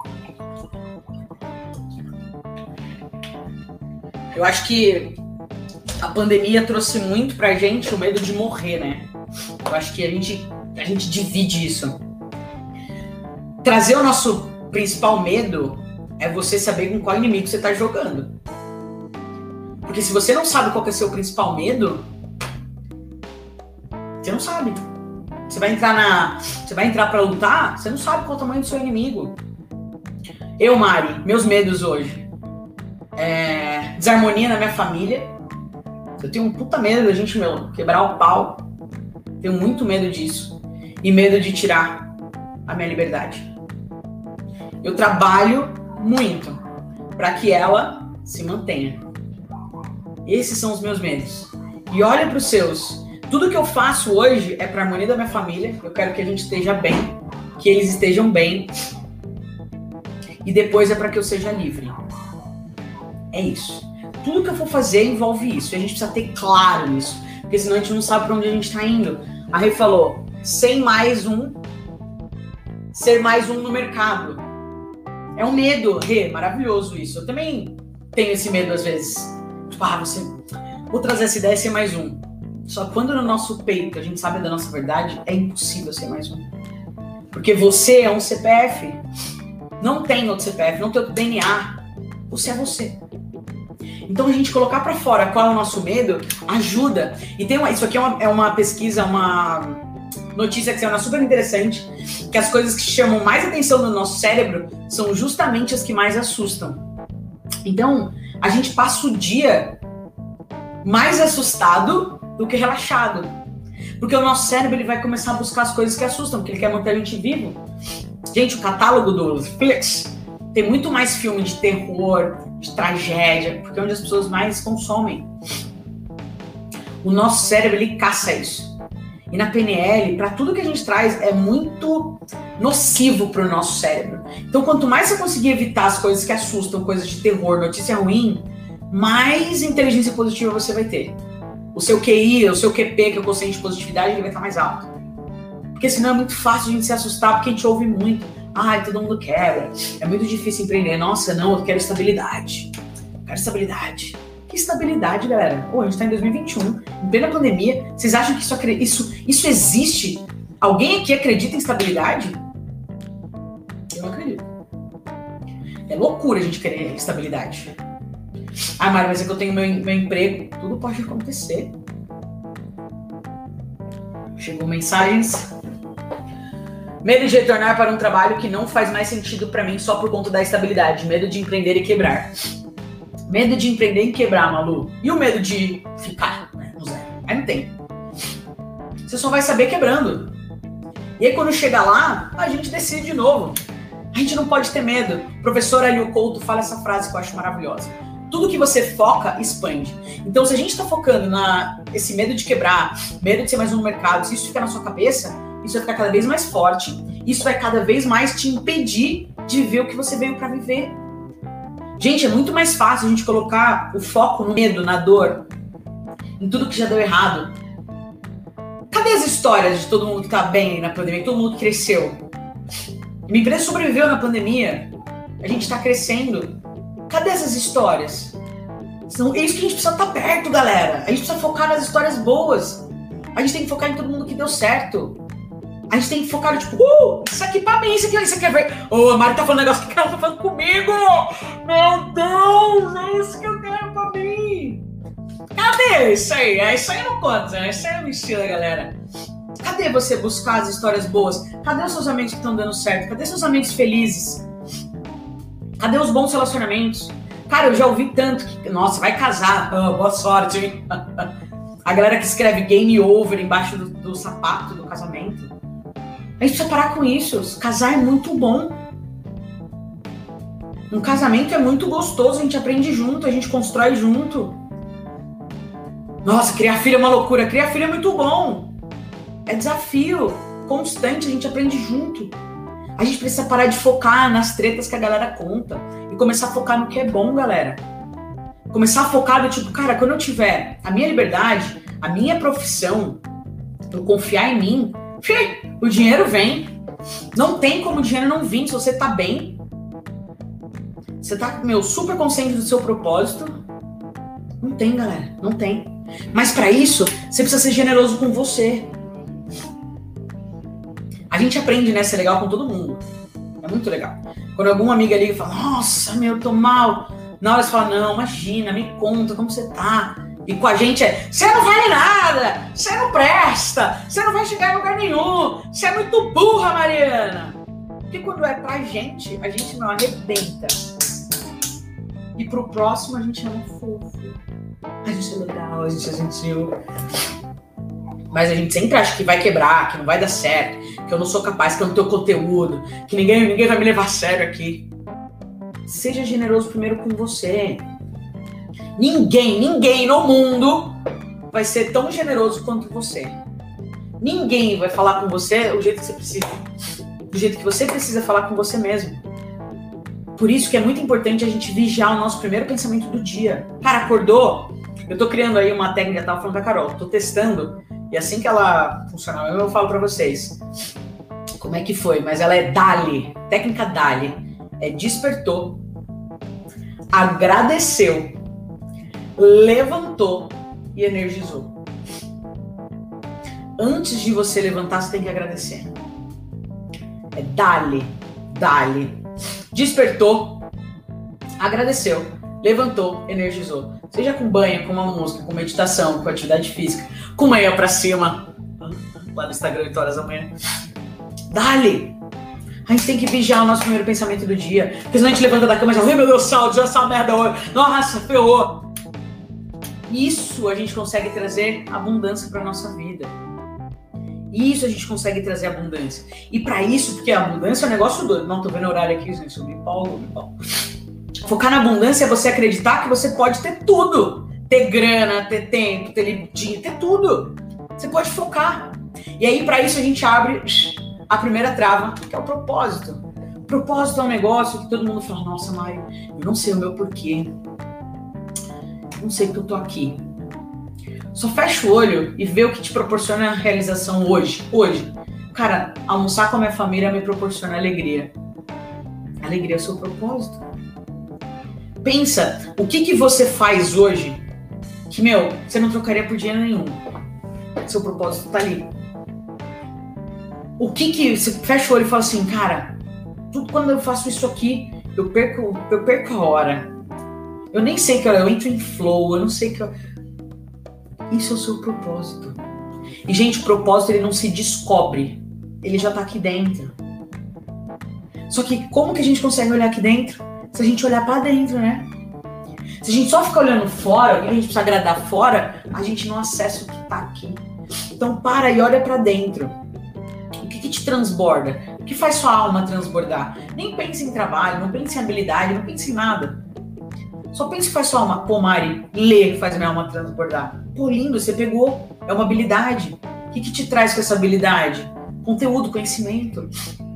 Eu acho que a pandemia trouxe muito pra gente o medo de morrer, né? Eu acho que a gente divide isso. Trazer o nosso principal medo é você saber com qual inimigo você tá jogando. Porque se você não sabe qual que é o seu principal medo, você não sabe. Você vai entrar pra lutar, você não sabe qual é o tamanho do seu inimigo. Eu, Mari, meus medos hoje. Desarmonia na minha família. Eu tenho um puta medo da gente, meu, quebrar o pau. Tenho muito medo disso. E medo de tirar a minha liberdade. Eu trabalho muito para que ela se mantenha. Esses são os meus medos. E olha para os seus. Tudo que eu faço hoje é para a harmonia da minha família. Eu quero que a gente esteja bem, que eles estejam bem. E depois é para que eu seja livre. É isso. Tudo que eu for fazer envolve isso. E a gente precisa ter claro isso. Porque senão a gente não sabe para onde a gente está indo. A Rê falou, ser mais um no mercado. É um medo, Rê, maravilhoso isso. Eu também tenho esse medo às vezes. Tipo, vou trazer essa ideia e ser mais um. Só que quando no nosso peito a gente sabe da nossa verdade, é impossível ser mais um. Porque você é um CPF. Não tem outro CPF, não tem outro DNA. Você é você. Então a gente colocar pra fora qual é o nosso medo ajuda. E isso aqui é uma pesquisa, uma notícia que é super interessante, que as coisas que chamam mais atenção no nosso cérebro são justamente as que mais assustam. Então a gente passa o dia mais assustado do que relaxado. Porque o nosso cérebro ele vai começar a buscar as coisas que assustam, porque ele quer manter a gente vivo. Gente, o catálogo do Netflix tem muito mais filme de terror, de tragédia, porque é onde as pessoas mais consomem. O nosso cérebro, ele caça isso. E na PNL, para tudo que a gente traz, é muito nocivo para o nosso cérebro. Então, quanto mais você conseguir evitar as coisas que assustam, coisas de terror, notícia ruim, mais inteligência positiva você vai ter. O seu QI, o seu QP, que é o quociente de positividade, ele vai estar mais alto. Porque senão é muito fácil a gente se assustar, porque a gente ouve muito. Todo mundo quebra. É muito difícil empreender. Nossa, não, eu quero estabilidade. Quero estabilidade. Que estabilidade, galera? A gente tá em 2021, em plena pandemia. Vocês acham que isso existe? Alguém aqui acredita em estabilidade? Eu não acredito. É loucura a gente querer estabilidade. Mário, mas é que eu tenho meu emprego. Tudo pode acontecer. Chegou mensagens. Medo de retornar para um trabalho que não faz mais sentido para mim só por conta da estabilidade. Medo de empreender e quebrar. Medo de empreender e quebrar, Malu. E o medo de ficar, né, no zero? Aí não tem. Você só vai saber quebrando. E aí quando chega lá, a gente decide de novo. A gente não pode ter medo. O professor Hélio Couto fala essa frase que eu acho maravilhosa. Tudo que você foca, expande. Então, se a gente está focando nesse medo de quebrar, medo de ser mais um no mercado, se isso ficar na sua cabeça, isso vai ficar cada vez mais forte. Isso vai cada vez mais te impedir de ver o que você veio para viver. Gente, é muito mais fácil a gente colocar o foco no medo, na dor, em tudo que já deu errado. Cadê as histórias de todo mundo que tá bem na pandemia, todo mundo que cresceu? Minha empresa sobreviveu na pandemia. A gente tá crescendo. Cadê essas histórias? É isso que a gente precisa estar perto, galera. A gente precisa focar nas histórias boas. A gente tem que focar em todo mundo que deu certo. A gente tem que focar no tipo, isso aqui pra mim, isso aqui é ver. A Mari tá falando um negócio que ela tá falando comigo. Meu Deus, é isso que eu quero pra mim. Cadê isso aí? Isso aí não conta, né? Isso aí é mentira, galera. Cadê você buscar as histórias boas? Cadê os seus amigos que estão dando certo? Cadê seus amigos felizes? Cadê os bons relacionamentos? Cara, eu já ouvi tanto que, nossa, vai casar, boa sorte, hein? A galera que escreve game over embaixo do sapato do casamento. A gente precisa parar com isso. Casar é muito bom. Um casamento é muito gostoso, a gente aprende junto, a gente constrói junto. Nossa, criar filho é uma loucura. Criar filho é muito bom. É desafio constante, a gente aprende junto. A gente precisa parar de focar nas tretas que a galera conta e começar a focar no que é bom, galera. Começar a focar no tipo, cara, quando eu tiver a minha liberdade, a minha profissão, eu confiar em mim, o dinheiro vem. Não tem como o dinheiro não vir se você tá bem. Você tá, super consciente do seu propósito. Não tem, galera, não tem. Mas pra isso, você precisa ser generoso com você. A gente aprende, né, a ser legal com todo mundo. É muito legal. Quando alguma amiga liga e fala, nossa, eu tô mal. Na hora você fala, não, imagina, me conta como você tá. E com a gente você não vale nada, você não presta, você não vai chegar em lugar nenhum, você é muito burra, Mariana. Porque quando é pra gente, a gente não arrebenta. E pro próximo, a gente é um fofo. A gente é legal, a gente é gentil. Mas a gente sempre acha que vai quebrar, que não vai dar certo, que eu não sou capaz, que eu não tenho conteúdo, que ninguém vai me levar a sério aqui. Seja generoso primeiro com você. Ninguém no mundo vai ser tão generoso quanto você. Ninguém vai falar com você do jeito que você precisa. Do jeito que você precisa falar com você mesmo. Por isso que é muito importante a gente vigiar o nosso primeiro pensamento do dia. Cara, acordou? Eu tô criando aí uma técnica, tava falando da Carol, tô testando. E assim que ela funcionar, eu falo pra vocês como é que foi, mas ela é DALI, técnica DALI. É despertou, agradeceu, levantou e energizou. Antes de você levantar, você tem que agradecer. É DALI. Despertou, agradeceu, levantou, energizou. Seja com banho, com uma música, com meditação, com atividade física, com manhã pra cima, lá no Instagram, 8 horas da manhã. Dale! A gente tem que vigiar o nosso primeiro pensamento do dia. Porque senão a gente levanta da cama e já, ai meu Deus, salve, essa merda hoje. Nossa, ferrou. Isso a gente consegue trazer abundância pra nossa vida. Isso a gente consegue trazer abundância. E pra isso, porque a abundância é um negócio doido. Não, tô vendo o horário aqui, gente, eu me empolgo. Focar na abundância é você acreditar que você pode ter tudo. Ter grana, ter tempo, ter dia, ter tudo. Você pode focar. E aí, pra isso, a gente abre a primeira trava, que é o propósito. O propósito é um negócio que todo mundo fala, nossa, Mário, eu não sei o meu porquê. Eu não sei porque eu tô aqui. Só fecha o olho e vê o que te proporciona a realização hoje. Hoje. Cara, almoçar com a minha família me proporciona alegria. Alegria é o seu propósito. Pensa, o que você faz hoje que, você não trocaria por dinheiro nenhum. Seu propósito tá ali. O que você fecha o olho e fala assim, cara, tudo quando eu faço isso aqui, eu perco a hora. Eu nem sei que hora, eu entro em flow, eu não sei que hora. Isso é o seu propósito. E, gente, o propósito ele não se descobre, ele já tá aqui dentro. Só que como que a gente consegue olhar aqui dentro? Se a gente olhar pra dentro, né? Se a gente só ficar olhando fora, o que a gente precisa agradar fora, a gente não acessa o que tá aqui. Então para e olha pra dentro. O que te transborda? O que faz sua alma transbordar? Nem pense em trabalho, não pense em habilidade, não pense em nada. Só pense que faz sua alma. Pô, Mari, ler faz minha alma transbordar. Pô, lindo, você pegou. É uma habilidade. O que te traz com essa habilidade? Conteúdo, conhecimento.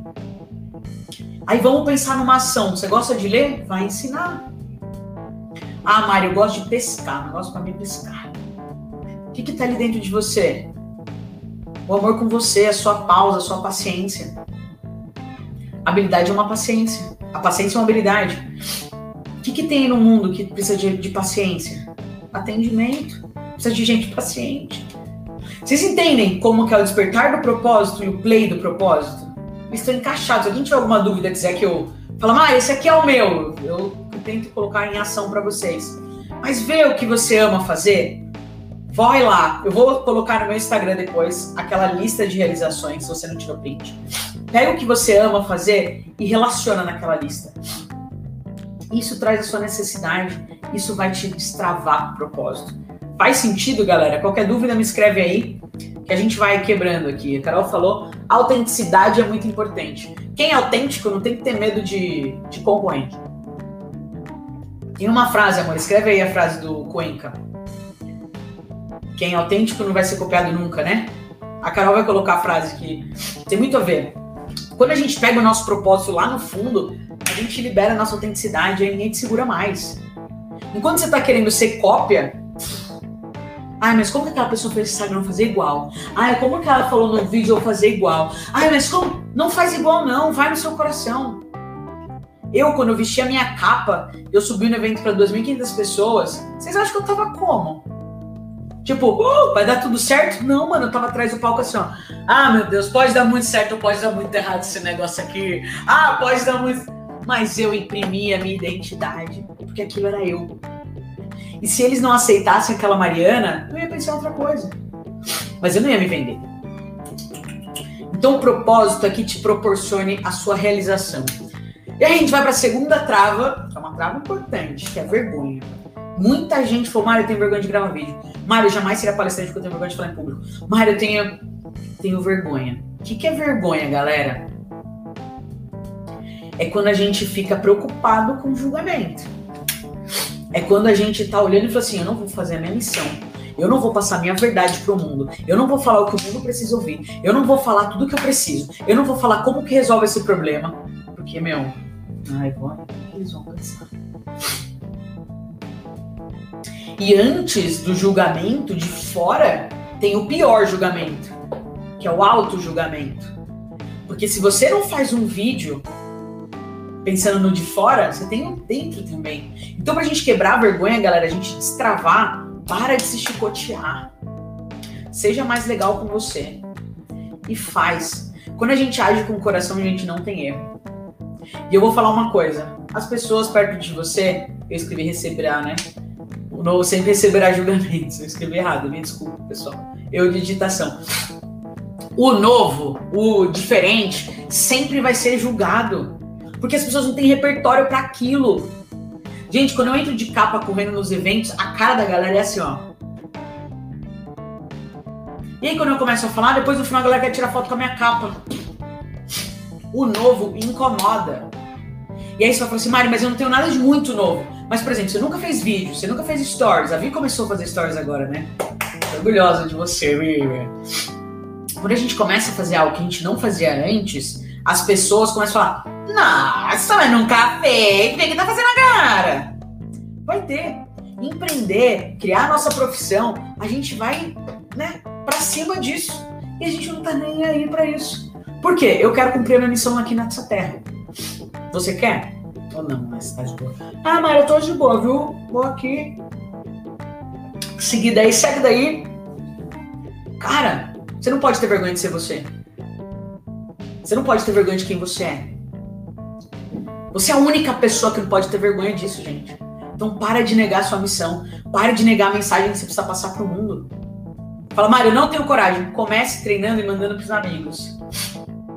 Aí vamos pensar numa ação. Você gosta de ler? Vai ensinar. Ah, Mari, eu gosto de pescar. Negócio pra mim é pescar. O que tá ali dentro de você? O amor com você, a sua pausa, a sua paciência. A habilidade é uma paciência. A paciência é uma habilidade. O que tem no mundo que precisa de paciência? Atendimento. Precisa de gente paciente. Vocês entendem como que é o despertar do propósito e o play do propósito? Eles estão encaixados. Se alguém tiver alguma dúvida, quiser que eu fale, esse aqui é o meu. Eu tento colocar em ação para vocês. Mas vê o que você ama fazer. Vai lá. Eu vou colocar no meu Instagram depois aquela lista de realizações, se você não tirou print. Pega o que você ama fazer e relaciona naquela lista. Isso traz a sua necessidade. Isso vai te destravar o propósito. Faz sentido, galera? Qualquer dúvida me escreve aí, que a gente vai quebrando aqui. A Carol falou, autenticidade é muito importante. Quem é autêntico não tem que ter medo de concorrente. Tem uma frase, amor, escreve aí a frase do Cuenca. Quem é autêntico não vai ser copiado nunca, né? A Carol vai colocar a frase que tem muito a ver. Quando a gente pega o nosso propósito lá no fundo, a gente libera a nossa autenticidade e ninguém te segura mais. Enquanto você tá querendo ser cópia, mas como que aquela pessoa fez esse Instagram fazer igual? Como que ela falou no vídeo eu fazer igual? Mas como? Não faz igual não, vai no seu coração. Quando eu vesti a minha capa, eu subi no evento para 2.500 pessoas, vocês acham que eu tava como? Tipo, vai dar tudo certo? Não, mano, eu tava atrás do palco assim, ó. Meu Deus, pode dar muito certo ou pode dar muito errado esse negócio aqui. Pode dar muito... Mas eu imprimi a minha identidade, porque aquilo era eu. E se eles não aceitassem aquela Mariana, eu ia pensar em outra coisa. Mas eu não ia me vender. Então o propósito é que te proporcione a sua realização. E aí a gente vai para a segunda trava, que é uma trava importante, que é a vergonha. Muita gente falou, Mário, eu tenho vergonha de gravar vídeo. Mário, eu jamais seria palestrante porque eu tenho vergonha de falar em público. Mário, eu tenho vergonha. O que é vergonha, galera? É quando a gente fica preocupado com o julgamento. É quando a gente tá olhando e fala assim, eu não vou fazer a minha missão. Eu não vou passar a minha verdade pro mundo. Eu não vou falar o que o mundo precisa ouvir. Eu não vou falar tudo que eu preciso. Eu não vou falar como que resolve esse problema. Porque, eles vão pensar. E antes do julgamento de fora, tem o pior julgamento, que é o auto-julgamento. Porque se você não faz um vídeo pensando no de fora, você tem um dentro também. Então, pra gente quebrar a vergonha, galera, a gente destravar, para de se chicotear. Seja mais legal com você. E faz. Quando a gente age com o coração, a gente não tem erro. E eu vou falar uma coisa. As pessoas perto de você, eu escrevi receberá, né? O novo sempre receberá julgamentos. Eu escrevi errado, me desculpa, pessoal. Eu de digitação. O novo, o diferente, sempre vai ser julgado. Porque as pessoas não têm repertório para aquilo. Gente, quando eu entro de capa correndo nos eventos, a cara da galera é assim, ó. E aí quando eu começo a falar, depois no final a galera quer tirar foto com a minha capa. O novo incomoda. E aí você vai falar assim, Mari, mas eu não tenho nada de muito novo. Mas, por exemplo, você nunca fez vídeo, você nunca fez stories. A Vi começou a fazer stories agora, né? Tô orgulhosa de você, Vivi. Quando a gente começa a fazer algo que a gente não fazia antes, as pessoas começam a falar, nossa, mas nunca fez, o que tá fazendo agora? Vai ter. Empreender, criar a nossa profissão, a gente vai, né, pra cima disso. E a gente não tá nem aí pra isso. Por quê? Eu quero cumprir a minha missão aqui nessa terra. Você quer? Ou não, mas tá de boa. Mas eu tô de boa, viu? Vou aqui. Seguir daí, segue daí. Cara, você não pode ter vergonha de ser você. Você não pode ter vergonha de quem você é. Você é a única pessoa que não pode ter vergonha disso, gente. Então para de negar a sua missão. Para de negar a mensagem que você precisa passar pro mundo. Fala, Mário, eu não tenho coragem. Comece treinando e mandando pros amigos.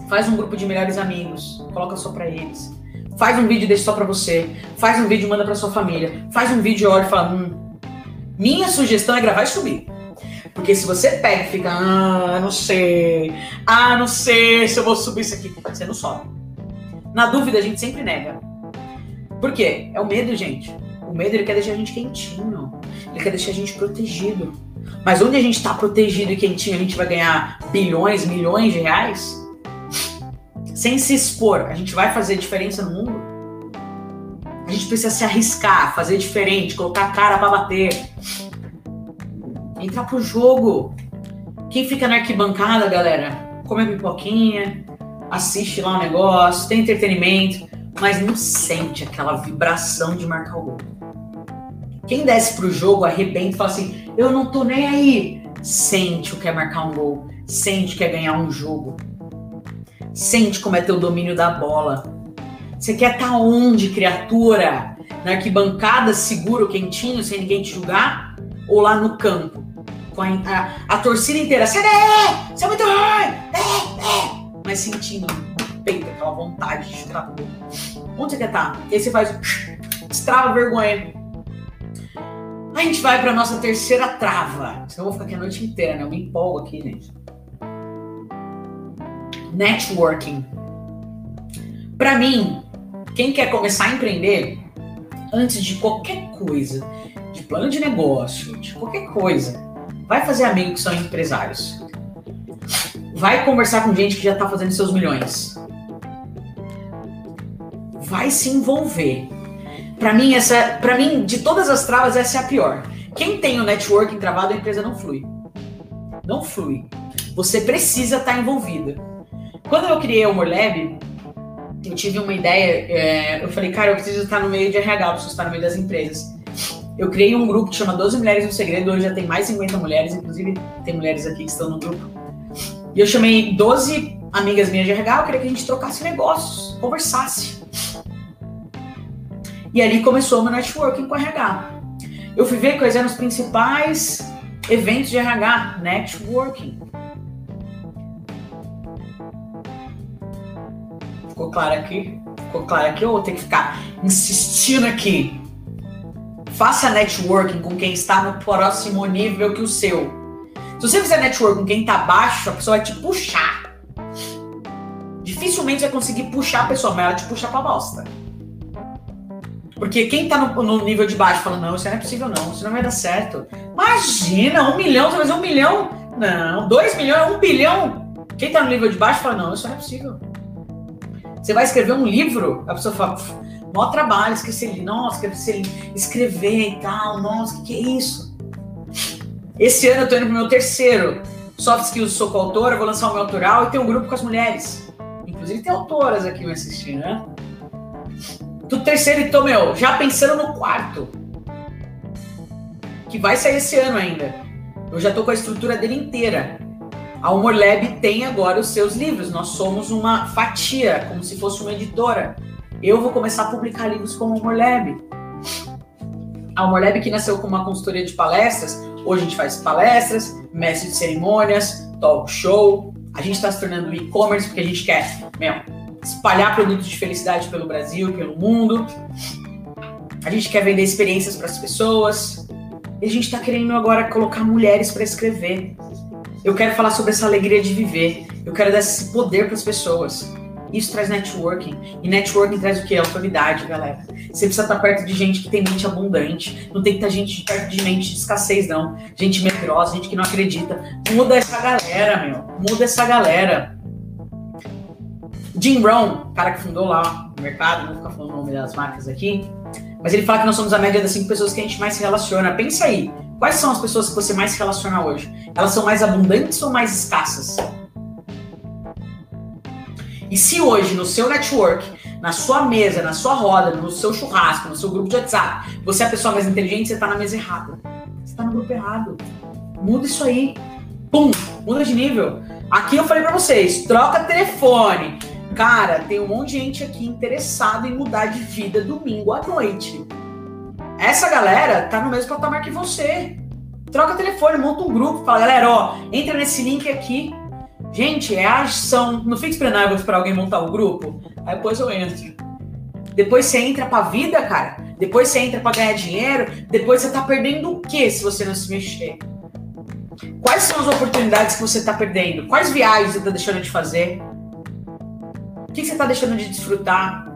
Faz um grupo de melhores amigos, coloca só pra eles. Faz um vídeo e deixa só pra você. Faz um vídeo e manda pra sua família. Faz um vídeo e olha e fala, minha sugestão é gravar e subir. Porque se você pega e fica, não sei se eu vou subir isso aqui, você não sobe. Na dúvida, a gente sempre nega. Por quê? É o medo, gente. O medo, ele quer deixar a gente quentinho. Ele quer deixar a gente protegido. Mas onde a gente tá protegido e quentinho, a gente vai ganhar bilhões, milhões de reais? Sem se expor, a gente vai fazer diferença no mundo? A gente precisa se arriscar, fazer diferente, colocar a cara pra bater. Entrar pro jogo. Quem fica na arquibancada, galera, come a pipoquinha, assiste lá o negócio, tem entretenimento, mas não sente aquela vibração de marcar o gol. Quem desce pro jogo, arrebenta e fala assim, eu não tô nem aí. Sente o que é marcar um gol, sente o que é ganhar um jogo. Sente como é ter o domínio da bola. Você quer estar onde, criatura? Na arquibancada, seguro, quentinho, sem ninguém te julgar? Ou lá no campo? Com a torcida inteira. Sai daí! Você é muito ruim! Mas sentindo no peito aquela vontade de tirar tudo. Onde você quer estar? E aí você faz... Destrava a vergonha. A gente vai pra nossa terceira trava. Senão eu vou ficar aqui a noite inteira, né? Eu me empolgo aqui, gente. Networking. Pra mim, quem quer começar a empreender, antes de qualquer coisa, de plano de negócio, de qualquer coisa, vai fazer amigos que são empresários. Vai conversar com gente que já tá fazendo seus milhões. Vai se envolver. Pra mim, de todas as travas, essa é a pior. Quem tem o networking travado, a empresa não flui. Não flui. Você precisa estar envolvida. Quando eu criei o Humor Lab, eu tive uma ideia, eu falei, cara, eu preciso estar no meio de RH, eu preciso estar no meio das empresas. Eu criei um grupo que chama 12 Mulheres no Segredo, hoje já tem mais de 50 mulheres, inclusive tem mulheres aqui que estão no grupo. E eu chamei 12 amigas minhas de RH, eu queria que a gente trocasse negócios, conversasse. E ali começou o meu networking com RH. Eu fui ver quais eram os principais eventos de RH, networking. Ficou claro aqui? Ficou claro aqui ou vou ter que ficar insistindo aqui? Faça networking com quem está no próximo nível que o seu. Se você fizer networking com quem está abaixo, a pessoa vai te puxar. Dificilmente você vai conseguir puxar a pessoa, mas ela te puxa pra bosta. Porque quem tá no nível de baixo fala, não, isso não é possível não, isso não vai dar certo. Imagina, 1 milhão, você vai fazer 1 milhão? Não, 2 milhões, 1 bilhão. Quem tá no nível de baixo fala, não, isso não é possível. Você vai escrever um livro, a pessoa fala, maior trabalho, escrever e tal, nossa, que é isso? Esse ano eu tô indo pro meu terceiro Soft Skills, sou coautora, vou lançar o meu autoral e tem um grupo com as mulheres. Inclusive tem autoras aqui me assistindo, né? Do terceiro, então, já pensando no quarto, que vai sair esse ano ainda. Eu já tô com a estrutura dele inteira. A Humor Lab tem agora os seus livros. Nós somos uma fatia, como se fosse uma editora. Eu vou começar a publicar livros como Humor Lab. A Humor Lab, que nasceu como uma consultoria de palestras, hoje a gente faz palestras, mestre de cerimônias, talk show. A gente está se tornando e-commerce porque a gente quer, espalhar produtos de felicidade pelo Brasil, pelo mundo. A gente quer vender experiências para as pessoas. E a gente está querendo agora colocar mulheres para escrever. Eu quero falar sobre essa alegria de viver. Eu quero dar esse poder para as pessoas. Isso traz networking. E networking traz o quê? Autoridade, galera. Você precisa estar perto de gente que tem mente abundante. Não tem que estar perto de mente de escassez, não. Gente medrosa, gente que não acredita. Muda essa galera, Muda essa galera. Jim Rohn, cara que fundou lá o mercado, não vou ficar falando o nome das marcas aqui, mas ele fala que nós somos a média das 5 pessoas que a gente mais se relaciona. Pensa aí, quais são as pessoas que você mais se relaciona hoje? Elas são mais abundantes ou mais escassas? E se hoje, no seu network, na sua mesa, na sua roda, no seu churrasco, no seu grupo de WhatsApp, você é a pessoa mais inteligente, você tá na mesa errada. Você tá no grupo errado. Muda isso aí. Pum! Muda de nível. Aqui eu falei pra vocês, troca telefone. Cara, tem um monte de gente aqui interessada em mudar de vida domingo à noite. Essa galera tá no mesmo patamar que você. Troca telefone, monta um grupo, fala, galera, entra nesse link aqui, Gente, é a ação. Não fique esperando, eu vou esperar alguém montar o grupo. Aí depois eu entro. Depois você entra pra vida, cara. Depois você entra pra ganhar dinheiro. Depois você tá perdendo o quê se você não se mexer? Quais são as oportunidades que você tá perdendo? Quais viagens você tá deixando de fazer? O que você tá deixando de desfrutar?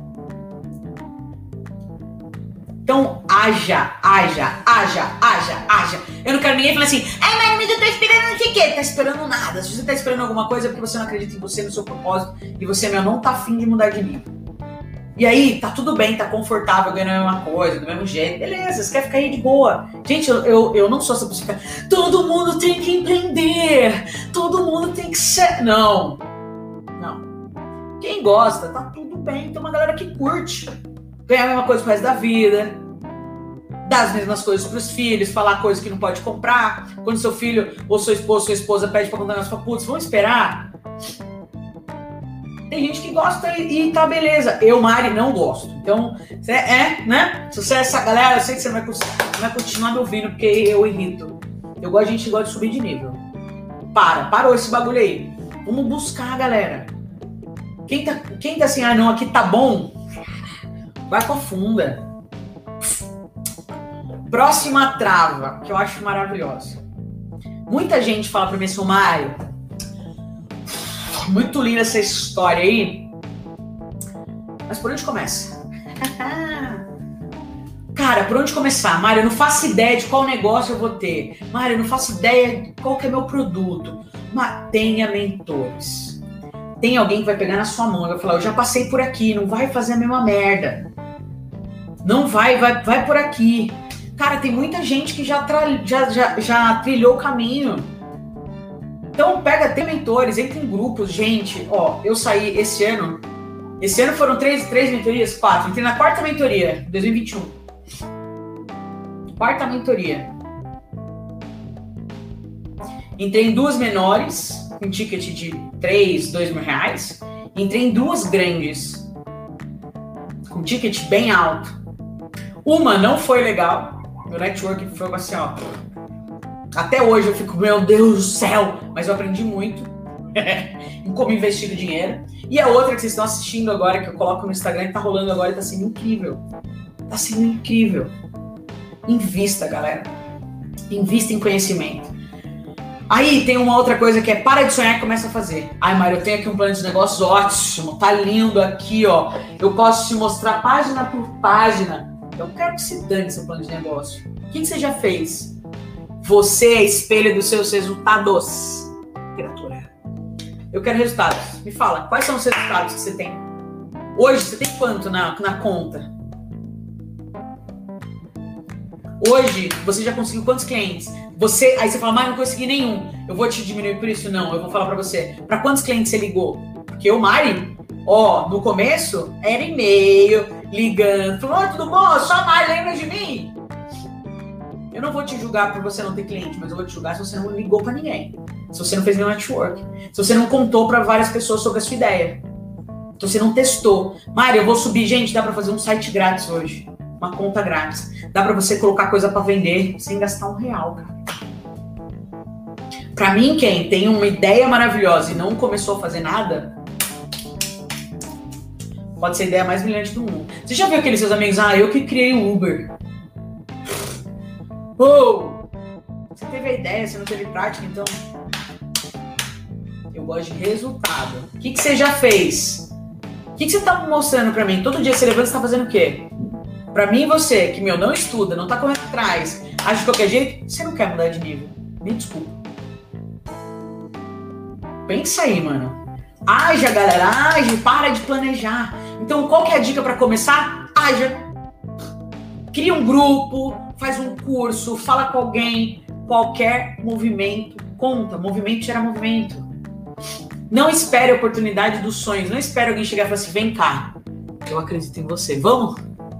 Então, haja. Eu não quero ninguém falar assim, mas eu tô esperando não sei o quê. Tá esperando nada. Se você tá esperando alguma coisa é porque você não acredita em você, no seu propósito, e você, não tá afim de mudar de nível. E aí, tá tudo bem, tá confortável, ganhando a mesma coisa, do mesmo jeito. Beleza, você quer ficar aí de boa. Gente, eu não sou essa pessoa que fica, todo mundo tem que empreender, todo mundo tem que ser... Não. Quem gosta, tá tudo bem. Tem uma galera que curte. Ganhar a mesma coisa pro resto da vida, dar as mesmas coisas pros filhos, falar coisas que não pode comprar. Quando seu filho ou sua esposa pede pra comprar um negócio, fala, putz, vamos esperar. Tem gente que gosta e tá beleza. Eu, Mari, não gosto. Então, né? Se você é essa galera, eu sei que você vai continuar me ouvindo, porque eu irrito. Eu gosto de gente que gosta de subir de nível. Parou esse bagulho aí. Vamos buscar, galera. Quem tá assim, não, aqui tá bom, vai com a funda. Próxima trava, que eu acho maravilhosa. Muita gente fala pra mim assim, Mário, muito linda essa história aí, mas por onde começa? Cara, por onde começar? Mário, eu não faço ideia de qual negócio eu vou ter. Mário, eu não faço ideia de qual que é meu produto. Mas tenha mentores. Tem alguém que vai pegar na sua mão e vai falar, eu já passei por aqui, não vai fazer a mesma merda. Não vai por aqui. Cara, tem muita gente que já trilhou o caminho. Então tem mentores, entra em grupos, gente. Ó, eu saí esse ano foram três mentorias, 4. Entrei na 4ª mentoria, 2021. 4ª mentoria. Entrei em 2 menores, com ticket de 3, 2 mil reais. Entrei em 2 grandes, com ticket bem alto. Uma não foi legal. Meu network foi assim, ó. Até hoje eu fico, meu Deus do céu. Mas eu aprendi muito em como investir o dinheiro. E a outra que vocês estão assistindo agora, que eu coloco no Instagram, que tá rolando agora, tá sendo incrível. Tá sendo incrível. Invista, galera. Invista em conhecimento. Aí tem uma outra coisa que é para de sonhar e começa a fazer. Ai, Mário, eu tenho aqui um plano de negócios ótimo, tá lindo aqui, ó. Eu posso te mostrar página por página. Eu quero que se dane seu plano de negócio. O que você já fez? Você é espelho dos seus resultados, criatura. Eu quero resultados. Me fala, quais são os resultados que você tem? Hoje, você tem quanto na conta? Hoje, você já conseguiu quantos clientes? Aí você fala, mas não consegui nenhum. Eu vou te diminuir por isso? Não, eu vou falar pra você. Pra quantos clientes você ligou? Porque o Mari, no começo, era e-mail, ligando, falou, tudo bom? Só a Mari lembra de mim? Eu não vou te julgar por você não ter cliente, mas eu vou te julgar se você não ligou pra ninguém. Se você não fez nenhum network. Se você não contou pra várias pessoas sobre a sua ideia. Se você não testou. Mari, eu vou subir. Gente, dá pra fazer um site grátis hoje. Uma conta grátis. Dá pra você colocar coisa pra vender sem gastar R$1, cara. Pra mim, quem tem uma ideia maravilhosa e não começou a fazer nada, pode ser a ideia mais brilhante do mundo. Você já viu aqueles seus amigos? Eu que criei o Uber. Você teve a ideia, você não teve prática, então... Eu gosto de resultado. O que você já fez? O que você tá mostrando pra mim? Todo dia você levanta e tá fazendo o quê? Pra mim e você, que, não estuda, não tá correndo atrás, age de qualquer jeito, você não quer mudar de nível. Me desculpa. Pensa aí, mano. Haja, galera, age, para de planejar. Então, qual que é a dica pra começar? Haja. Cria um grupo, faz um curso, fala com alguém. Qualquer movimento conta. Movimento gera movimento. Não espere a oportunidade dos sonhos. Não espere alguém chegar e falar assim, vem cá, eu acredito em você. Vamos?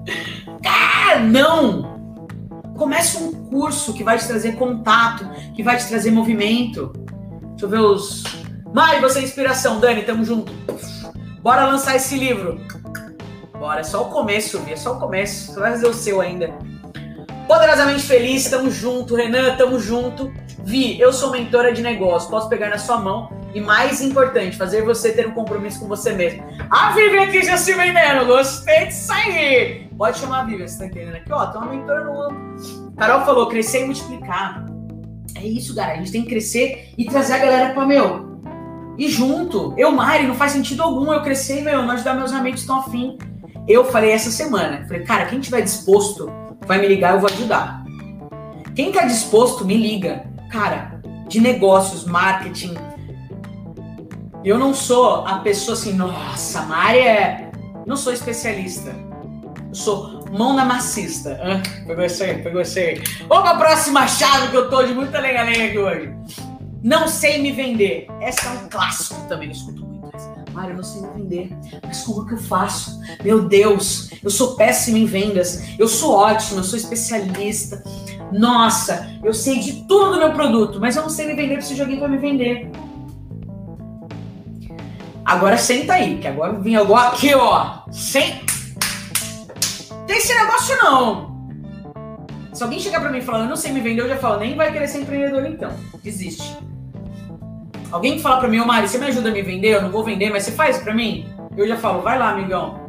Não! Comece um curso que vai te trazer contato, que vai te trazer movimento. Deixa eu ver os... Mari, você é inspiração. Dani, tamo junto. Bora lançar esse livro. Bora, é só o começo, Vi. É só o começo. Você vai fazer o seu ainda. Poderosamente feliz, tamo junto. Renan, tamo junto. Vi, eu sou mentora de negócio. Posso pegar na sua mão E mais importante, fazer você ter um compromisso com você mesmo. A Vivian aqui já se vendendo, gostei disso aí. Pode chamar a Vivian, você tá entendendo aqui? Ó, tem uma mentora no... Carol falou, crescer e multiplicar. É isso, galera, a gente tem que crescer e trazer a galera pra, e junto. Eu, Mari, não faz sentido algum eu crescer, não ajudar meus amigos que estão afim. Eu falei essa semana, falei, cara, quem tiver disposto vai me ligar, eu vou ajudar. Quem tá disposto, me liga. Cara, de negócios, marketing. Eu não sou a pessoa assim, nossa, Mari não sou especialista. Eu sou mão na maciça. Pegou esse aí. Vamos pra próxima chave que eu tô de muita lenga-lenga aqui hoje. Não sei me vender. Essa é um clássico também, eu escuto muito. Mari, eu não sei me vender. Mas como que eu faço? Meu Deus, eu sou péssima em vendas. Eu sou ótima, eu sou especialista. Nossa, eu sei de tudo do meu produto, mas eu não sei me vender, preciso de alguém pra me vender. Agora senta aí, que agora vim agora aqui, ó. Tem esse negócio não. Se alguém chegar pra mim falando, eu não sei me vender, eu já falo, nem vai querer ser empreendedor então. Desiste. Alguém que fala pra mim, ô Mari, você me ajuda a me vender? Eu não vou vender, mas você faz pra mim? Eu já falo, vai lá, amigão.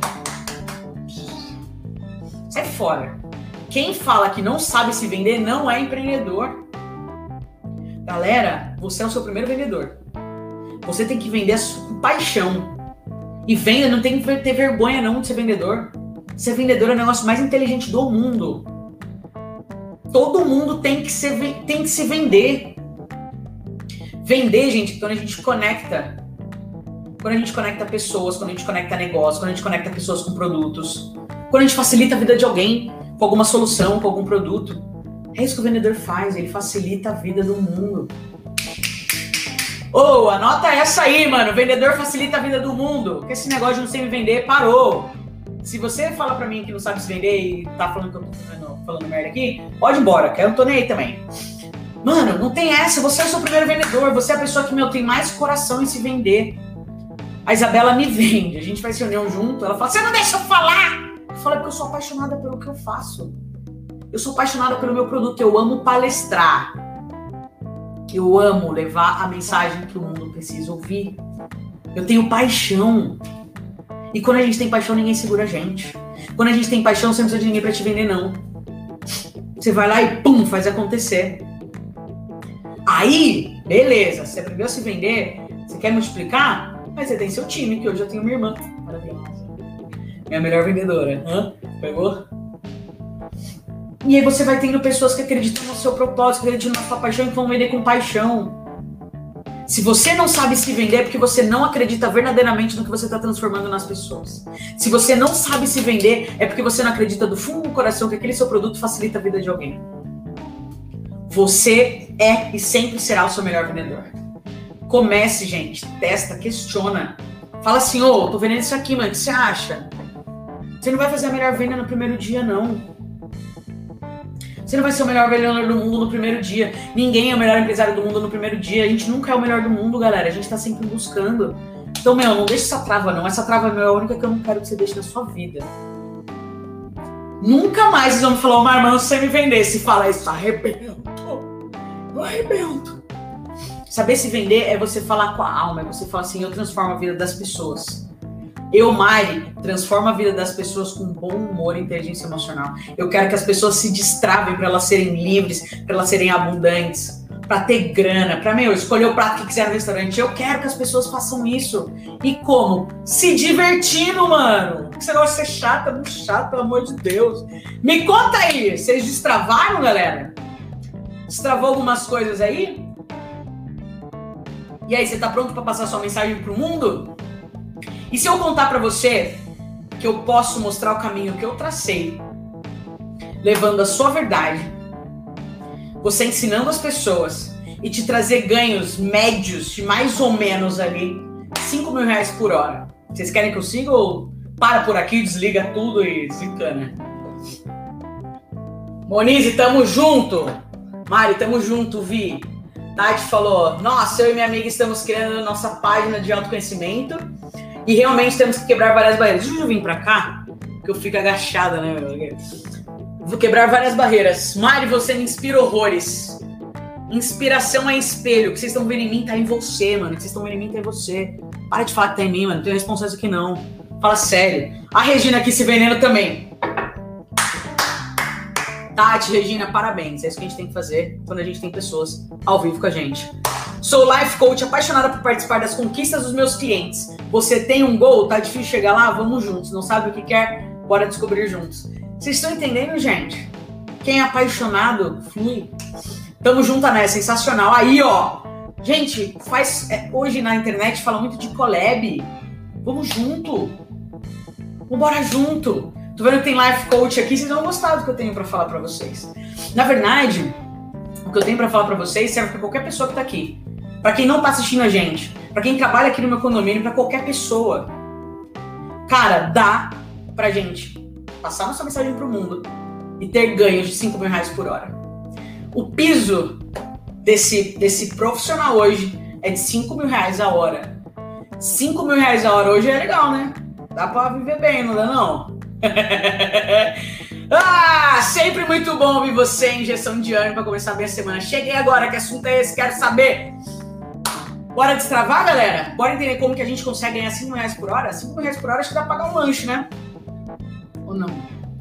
Sai fora. Quem fala que não sabe se vender não é empreendedor. Galera, você é o seu primeiro vendedor. Você tem que vender com paixão. E venda, não tem que ter vergonha não de ser vendedor. Ser vendedor é o negócio mais inteligente do mundo. Todo mundo tem que se vender. Vender, gente, quando a gente conecta. Quando a gente conecta pessoas, quando a gente conecta negócios, quando a gente conecta pessoas com produtos. Quando a gente facilita a vida de alguém com alguma solução, com algum produto. É isso que o vendedor faz, ele facilita a vida do mundo. Anota essa aí, mano. O vendedor facilita a vida do mundo. Porque esse negócio de não sei me vender, parou. Se você fala pra mim que não sabe se vender e tá falando que eu tô falando merda aqui, pode ir embora, que eu não tô nem aí também. Mano, não tem essa. Você é o seu primeiro vendedor. Você é a pessoa que, tem mais coração em se vender. A Isabela me vende. A gente faz reunião junto. Ela fala, você não deixa eu falar? Eu falo, porque eu sou apaixonada pelo que eu faço. Eu sou apaixonada pelo meu produto. Eu amo palestrar. Eu amo levar a mensagem que o mundo precisa ouvir. Eu tenho paixão. E quando a gente tem paixão, ninguém segura a gente. Quando a gente tem paixão, você não precisa de ninguém pra te vender, não. Você vai lá e pum, faz acontecer. Aí, beleza, você aprendeu a se vender, você quer multiplicar, mas você tem seu time, que hoje eu tenho minha irmã. Maravilhosa. Minha melhor vendedora. Pegou? E aí você vai tendo pessoas que acreditam no seu propósito, que acreditam na sua paixão e que vão vender com paixão. Se você não sabe se vender é porque você não acredita verdadeiramente no que você está transformando nas pessoas. Se você não sabe se vender é porque você não acredita do fundo do coração que aquele seu produto facilita a vida de alguém. Você é e sempre será o seu melhor vendedor. Comece, gente. Testa, questiona. Fala assim, tô vendendo isso aqui, mano. O que você acha? Você não vai fazer a melhor venda no primeiro dia, não. Você não vai ser o melhor vendedor do mundo no primeiro dia. Ninguém é o melhor empresário do mundo no primeiro dia. A gente nunca é o melhor do mundo, galera. A gente tá sempre buscando. Então, não deixa essa trava, não. Essa trava é a única que eu não quero que você deixe na sua vida. Nunca mais vocês vão me falar, mas irmão, você me vender. Se fala isso, arrebento. Eu arrebento. Saber se vender é você falar com a alma. É você falar assim, eu transformo a vida das pessoas. Eu, Mari, transformo a vida das pessoas com bom humor e inteligência emocional. Eu quero que as pessoas se destravem para elas serem livres, para elas serem abundantes, para ter grana, para, escolher o prato que quiser no restaurante. Eu quero que as pessoas façam isso. E como? Se divertindo, mano. Esse negócio de ser chato, muito chato, pelo amor de Deus. Me conta aí, vocês destravaram, galera? Destravou algumas coisas aí? E aí, você tá pronto para passar sua mensagem pro mundo? E se eu contar pra você que eu posso mostrar o caminho que eu tracei, levando a sua verdade, você ensinando as pessoas e te trazer ganhos médios de mais ou menos ali 5 mil reais por hora. Vocês querem que eu siga ou para por aqui, desliga tudo e desencana? Monize, tamo junto! Mari, tamo junto, Vi. Tati falou, nossa, eu e minha amiga estamos criando nossa página de autoconhecimento e realmente temos que quebrar várias barreiras. Deixa eu vir pra cá, que eu fico agachada, né? Vou quebrar várias barreiras. Mari, você me inspira horrores. Inspiração é espelho. O que vocês estão vendo em mim tá em você, mano. O que vocês estão vendo em mim tá em você. Para de falar que tá em mim, mano. Não tenho responsável aqui, não. Fala sério. A Regina aqui se vendendo também. Tati, Regina, parabéns. É isso que a gente tem que fazer quando a gente tem pessoas ao vivo com a gente. Sou life coach, apaixonada por participar das conquistas dos meus clientes. Você tem um gol? Tá difícil chegar lá? Vamos juntos. Não sabe o que quer? Bora descobrir juntos. Vocês estão entendendo, gente? Quem é apaixonado, flui. Tamo junto, né? Sensacional. Aí, ó. Gente, hoje na internet fala muito de collab. Vamos junto. Vambora junto. Tô vendo que tem life coach aqui. Vocês vão gostar do que eu tenho pra falar pra vocês. Na verdade, o que eu tenho pra falar pra vocês serve pra qualquer pessoa que tá aqui. Pra quem não tá assistindo a gente. Pra quem trabalha aqui no meu condomínio. Pra qualquer pessoa. Cara, dá pra gente passar nossa mensagem pro mundo e ter ganhos de 5 mil reais por hora. O piso desse profissional hoje é de 5 mil reais a hora. 5 mil reais a hora hoje é legal, né? Dá pra viver bem, não dá não? Sempre muito bom ouvir você, injeção de ânimo pra começar bem a semana. Cheguei agora, que assunto é esse? Quero saber. Bora destravar, galera? Bora entender como que a gente consegue ganhar 5 mil reais por hora? 5 mil reais por hora acho que dá pra pagar um lanche, né? Ou não?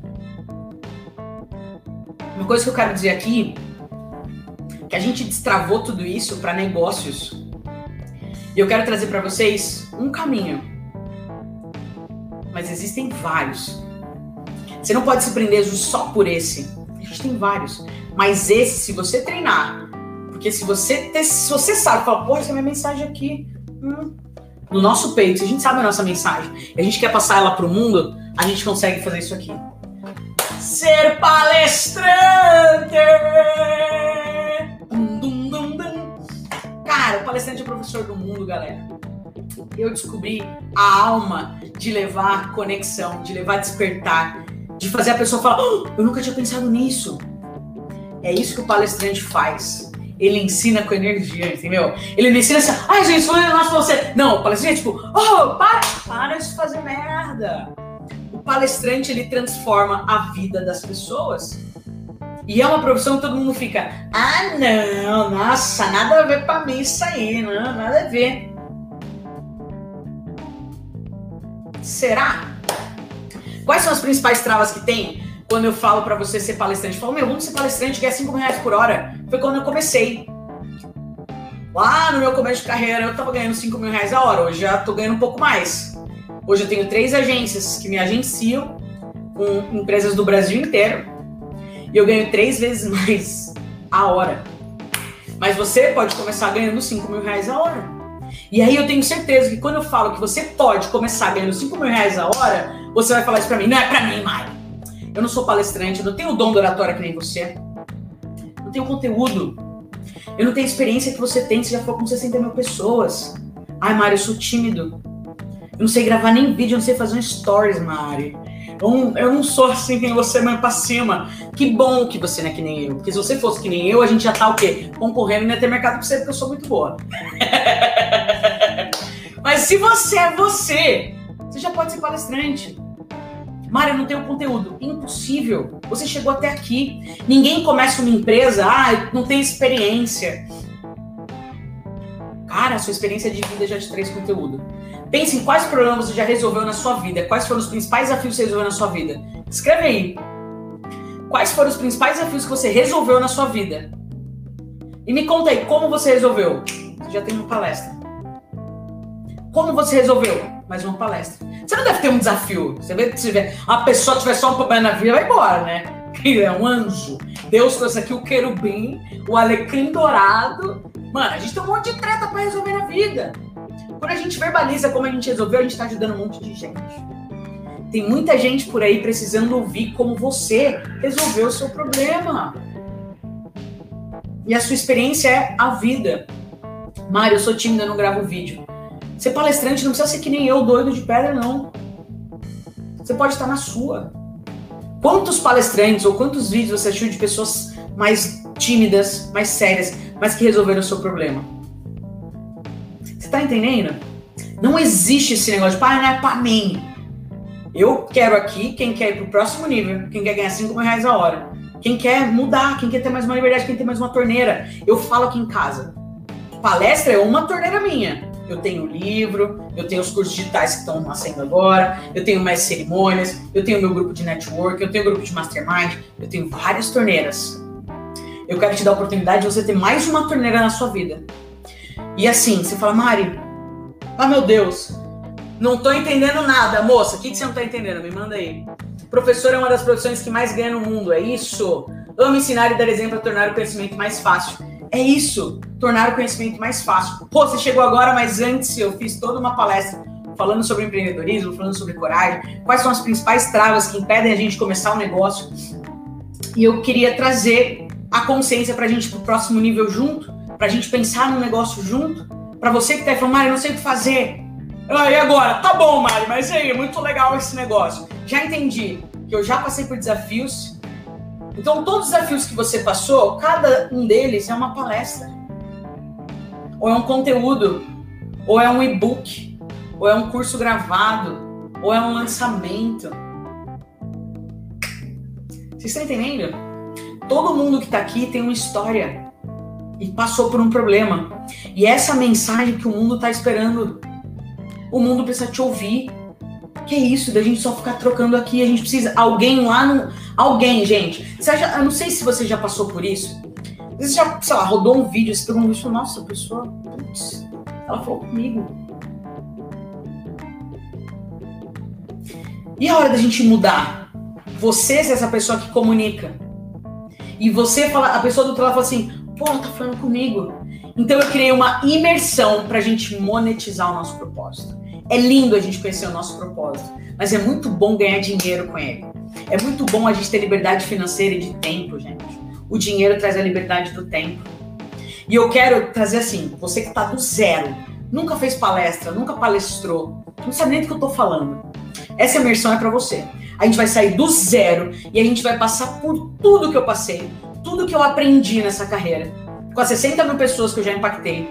Uma coisa que eu quero dizer aqui que a gente destravou tudo isso para negócios. E eu quero trazer para vocês um caminho. Mas existem vários. Você não pode se prender só por esse. A gente tem vários. Mas esse, se você treinar, porque se você sabe, fala, pô, essa é a minha mensagem aqui. No nosso peito, se a gente sabe a nossa mensagem e a gente quer passar ela pro mundo, a gente consegue fazer isso aqui. Ser palestrante! Cara, o palestrante é o professor do mundo, galera. Eu descobri a alma de levar conexão, de levar despertar, de fazer a pessoa falar, eu nunca tinha pensado nisso. É isso que o palestrante faz. Ele ensina com energia, entendeu? Ele não ensina assim, gente, foi um negócio pra você. Não, o palestrante é tipo, para de fazer merda. O palestrante, ele transforma a vida das pessoas. E é uma profissão que todo mundo fica, não, nossa, nada a ver pra mim isso aí, não, nada a ver. Será? Quais são as principais travas que tem quando eu falo pra você ser palestrante? Eu falo, vamos ser palestrante, ganhar 5 mil reais por hora. Foi quando eu comecei. Lá no meu começo de carreira, eu tava ganhando 5 mil reais a hora. Hoje já tô ganhando um pouco mais. Hoje eu tenho 3 agências que me agenciam com empresas do Brasil inteiro. E eu ganho 3 vezes mais a hora. Mas você pode começar ganhando 5 mil reais a hora. E aí eu tenho certeza que quando eu falo que você pode começar ganhando 5 mil reais a hora, você vai falar isso pra mim. Não é pra mim, Mari. Eu não sou palestrante, eu não tenho o dom da oratória que nem você. Eu não tenho conteúdo. Eu não tenho a experiência que você tem, você já falou com 60 mil pessoas. Mari, eu sou tímido. Eu não sei gravar nem vídeo, eu não sei fazer um stories, Mari. Eu não sou assim que nem você, mãe, pra cima. Que bom que você não é que nem eu. Porque se você fosse que nem eu, a gente já tá o quê? Concorrendo e não ia ter mercado pra você, porque eu sou muito boa. Mas se você é você já pode ser palestrante. Mari, eu não tenho conteúdo. Impossível. Você chegou até aqui. Ninguém começa uma empresa, não tem experiência. Cara, a sua experiência de vida já te traz conteúdo. Pense em quais problemas você já resolveu na sua vida. Quais foram os principais desafios que você resolveu na sua vida. Escreve aí. Quais foram os principais desafios que você resolveu na sua vida? E me conta aí, como você resolveu? Você já tem uma palestra. Como você resolveu? Mais uma palestra. Você não deve ter um desafio. Você vê que se a pessoa tiver só um problema na vida, vai embora, né? É um anjo. Deus trouxe aqui o querubim, o alecrim dourado. Mano, a gente tem um monte de treta pra resolver na vida. Quando a gente verbaliza como a gente resolveu, a gente tá ajudando um monte de gente. Tem muita gente por aí precisando ouvir como você resolveu o seu problema. E a sua experiência é a vida. Mário, eu sou tímida, eu não gravo vídeo. Ser palestrante não precisa ser que nem eu, doido de pedra, não. Você pode estar na sua. Quantos palestrantes ou quantos vídeos você assistiu de pessoas mais tímidas, mais sérias, mas que resolveram o seu problema? Você tá entendendo? Não existe esse negócio de, não é pra mim. Eu quero aqui, quem quer ir pro próximo nível, quem quer ganhar 5 mil reais a hora. Quem quer mudar, quem quer ter mais uma liberdade, quem quer ter mais uma torneira. Eu falo aqui em casa, palestra é uma torneira minha. Eu tenho livro, eu tenho os cursos digitais que estão nascendo agora, eu tenho mais cerimônias, eu tenho meu grupo de network, eu tenho grupo de mastermind, eu tenho várias torneiras. Eu quero te dar a oportunidade de você ter mais uma torneira na sua vida. E assim, você fala, Mari, meu Deus, não tô entendendo nada. Moça, o que você não tá entendendo? Me manda aí. Professor é uma das profissões que mais ganha no mundo, é isso. Amo ensinar e dar exemplo a tornar o conhecimento mais fácil. É isso, tornar o conhecimento mais fácil. Pô, você chegou agora, mas antes eu fiz toda uma palestra falando sobre empreendedorismo, falando sobre coragem, quais são as principais travas que impedem a gente começar um negócio. E eu queria trazer a consciência pra gente pro próximo nível junto, pra gente pensar no negócio junto, pra você que tá falando, Mari, eu não sei o que fazer. E agora? Tá bom, Mari, mas aí, é muito legal esse negócio. Já entendi que eu já passei por desafios. Então, todos os desafios que você passou, cada um deles é uma palestra. Ou é um conteúdo, ou é um e-book, ou é um curso gravado, ou é um lançamento. Vocês estão entendendo? Todo mundo que tá aqui tem uma história e passou por um problema. E essa mensagem que o mundo tá esperando, o mundo precisa te ouvir. Que é isso, da gente só ficar trocando aqui, a gente precisa, alguém lá no... Alguém, gente, eu não sei se você já passou por isso, você já, sei lá, rodou um vídeo, você pegou um vídeo e falou, nossa, a pessoa, putz, ela falou comigo. E a hora da gente mudar? Você ser essa pessoa que comunica. E você fala, a pessoa do outro lado fala assim, pô, ela tá falando comigo. Então eu criei uma imersão pra gente monetizar o nosso propósito. É lindo a gente conhecer o nosso propósito, mas é muito bom ganhar dinheiro com ele. É muito bom a gente ter liberdade financeira e de tempo, gente. O dinheiro traz a liberdade do tempo. E eu quero trazer assim, você que tá do zero, nunca fez palestra, nunca palestrou, não sabe nem do que eu tô falando. Essa imersão é pra você. A gente vai sair do zero e a gente vai passar por tudo que eu passei, tudo que eu aprendi nessa carreira. Com as 60 mil pessoas que eu já impactei,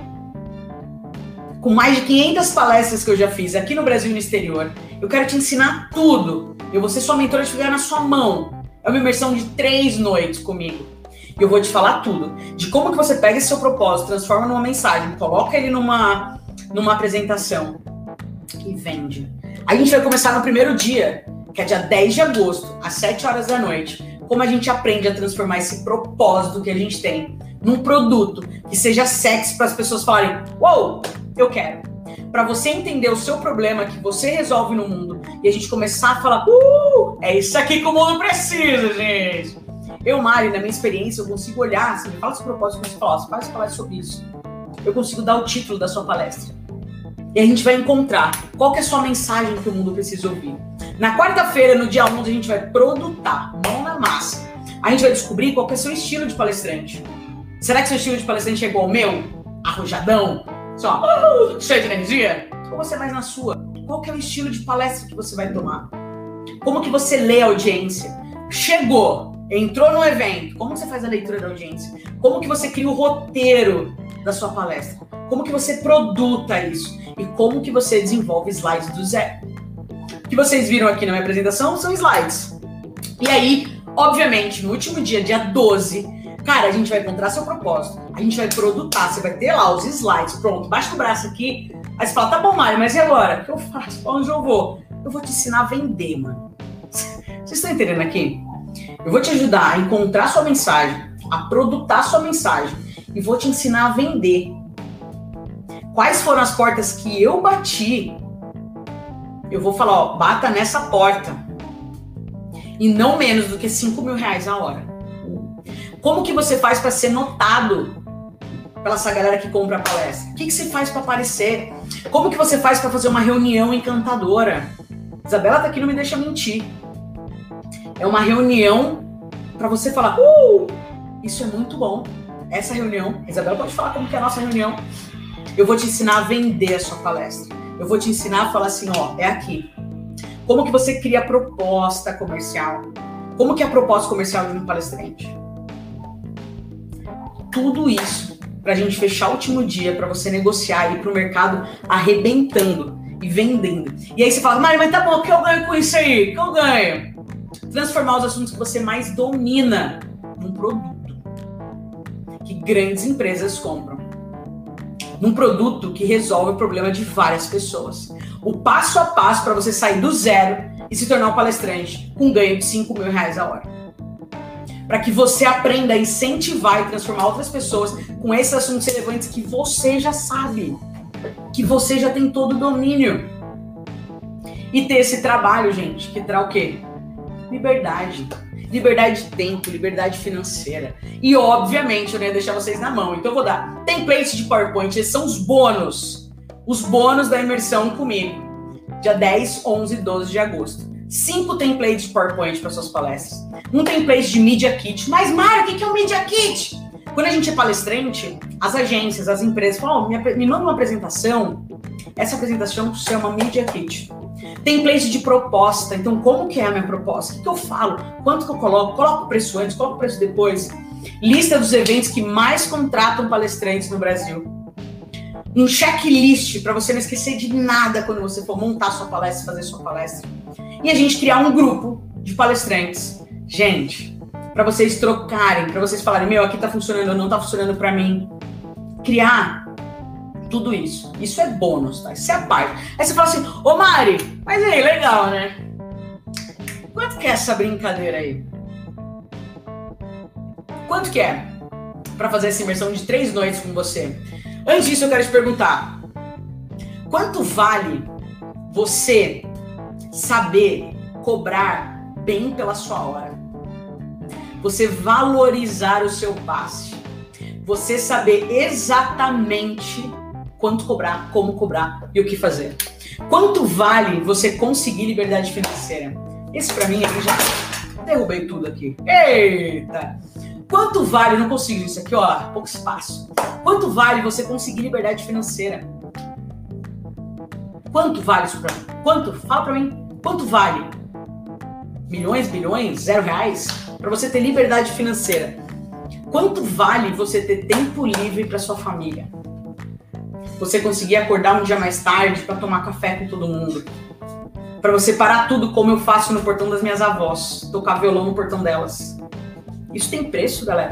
com mais de 500 palestras que eu já fiz aqui no Brasil e no exterior, eu quero te ensinar tudo. Eu vou ser sua mentora de ficar na sua mão. É uma imersão de 3 noites comigo. E eu vou te falar tudo. De como que você pega esse seu propósito, transforma numa mensagem, coloca ele numa apresentação e vende. A gente vai começar no primeiro dia, que é dia 10 de agosto, às 7 horas da noite. Como a gente aprende a transformar esse propósito que a gente tem num produto que seja sexy para as pessoas falarem, uou, eu quero. Para você entender o seu problema que você resolve no mundo e a gente começar a falar, é isso aqui que o mundo precisa, gente. Eu, Mari, na minha experiência, eu consigo olhar, você me fala esse propósito, você fala, você faz palestra sobre isso. Eu consigo dar o título da sua palestra. E a gente vai encontrar qual que é a sua mensagem que o mundo precisa ouvir. Na quarta-feira, no dia 11, a gente vai produtar, mão na massa. A gente vai descobrir qual que é o seu estilo de palestrante. Será que seu estilo de palestrante é igual ao meu? Arrojadão? Só, cheio de energia? Ou você é mais na sua? Qual que é o estilo de palestra que você vai tomar? Como que você lê a audiência? Chegou, entrou no evento, como que você faz a leitura da audiência? Como que você cria o roteiro da sua palestra? Como que você produta isso? E como que você desenvolve slides do zero? O que vocês viram aqui na minha apresentação são slides. E aí, obviamente, no último dia, dia 12, cara, a gente vai encontrar seu propósito, a gente vai produtar, você vai ter lá os slides, pronto, baixa o braço aqui, aí você fala, tá bom, Mari, mas e agora? O que eu faço? Pra onde eu vou? Eu vou te ensinar a vender, mano. Vocês estão entendendo aqui? Eu vou te ajudar a encontrar sua mensagem, a produtar sua mensagem e vou te ensinar a vender. Quais foram as portas que eu bati? Eu vou falar, ó, bata nessa porta. E não menos do que R$5.000 a hora. Como que você faz para ser notado pela essa galera que compra a palestra? O que você faz para aparecer? Como que você faz para fazer uma reunião encantadora? Isabela tá aqui, não me deixa mentir. É uma reunião para você falar, isso é muito bom. Essa reunião, a Isabela pode falar como que é a nossa reunião. Eu vou te ensinar a vender a sua palestra. Eu vou te ensinar a falar assim, ó, é aqui. Como que você cria a proposta comercial? Como que é a proposta comercial de um palestrante? Tudo isso pra gente fechar o último dia, pra você negociar e ir pro mercado arrebentando e vendendo. E aí você fala, mas tá bom, o que eu ganho com isso aí? O que eu ganho? Transformar os assuntos que você mais domina num produto que grandes empresas compram. Num produto que resolve o problema de várias pessoas. O passo a passo para você sair do zero e se tornar um palestrante com ganho de R$5.000 a hora. Para que você aprenda a incentivar e transformar outras pessoas com esses assuntos relevantes que você já sabe. Que você já tem todo o domínio. E ter esse trabalho, gente, que traz o quê? Liberdade. Liberdade de tempo, liberdade financeira. E, obviamente, eu não ia deixar vocês na mão. Então, eu vou dar templates de PowerPoint. Esses são os bônus. Os bônus da imersão comigo. Dia 10, 11 e 12 de agosto. 5 templates de PowerPoint para suas palestras. Um template de Media Kit. Mas, Mário, o que é um Media Kit? Quando a gente é palestrante, as agências, as empresas falam, me manda uma apresentação. Essa apresentação se chama Media Kit. Template de proposta. Então, como que é a minha proposta? O que eu falo? Quanto que eu coloco? Coloco o preço antes, coloco o preço depois. Lista dos eventos que mais contratam palestrantes no Brasil. Um checklist para você não esquecer de nada quando você for montar sua palestra, fazer sua palestra. E a gente criar um grupo de palestrantes. Gente, para vocês trocarem, para vocês falarem, meu, aqui tá funcionando ou não tá funcionando para mim. Criar tudo isso. Isso é bônus, tá? Isso é a parte. Aí você fala assim, ô Mari, mas aí, legal, né? Quanto que é essa brincadeira aí? Quanto que é pra fazer essa imersão de 3 noites com você? Antes disso, eu quero te perguntar, quanto vale você saber cobrar bem pela sua hora? Você valorizar o seu passe. Você saber exatamente quanto cobrar, como cobrar e o que fazer. Quanto vale você conseguir liberdade financeira? Esse pra mim aqui já derrubei tudo aqui. Eita! Quanto vale, não consigo isso aqui, ó, pouco espaço. Quanto vale você conseguir liberdade financeira? Quanto vale isso pra mim? Quanto? Fala pra mim. Quanto vale? Milhões, bilhões, R$0? Pra você ter liberdade financeira. Quanto vale você ter tempo livre pra sua família? Você conseguir acordar um dia mais tarde para tomar café com todo mundo. Para você parar tudo como eu faço no portão das minhas avós. Tocar violão no portão delas. Isso tem preço, galera.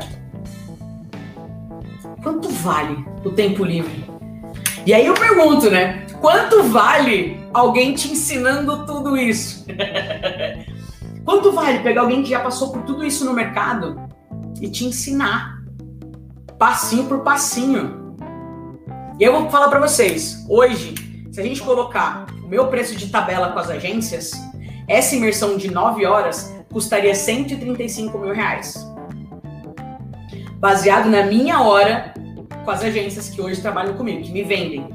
Quanto vale o tempo livre? E aí eu pergunto, né? Quanto vale alguém te ensinando tudo isso? Quanto vale pegar alguém que já passou por tudo isso no mercado e te ensinar? Passinho por passinho. E eu vou falar para vocês, hoje, se a gente colocar o meu preço de tabela com as agências, essa imersão de 9 horas custaria R$135.000. Baseado na minha hora com as agências que hoje trabalham comigo, que me vendem.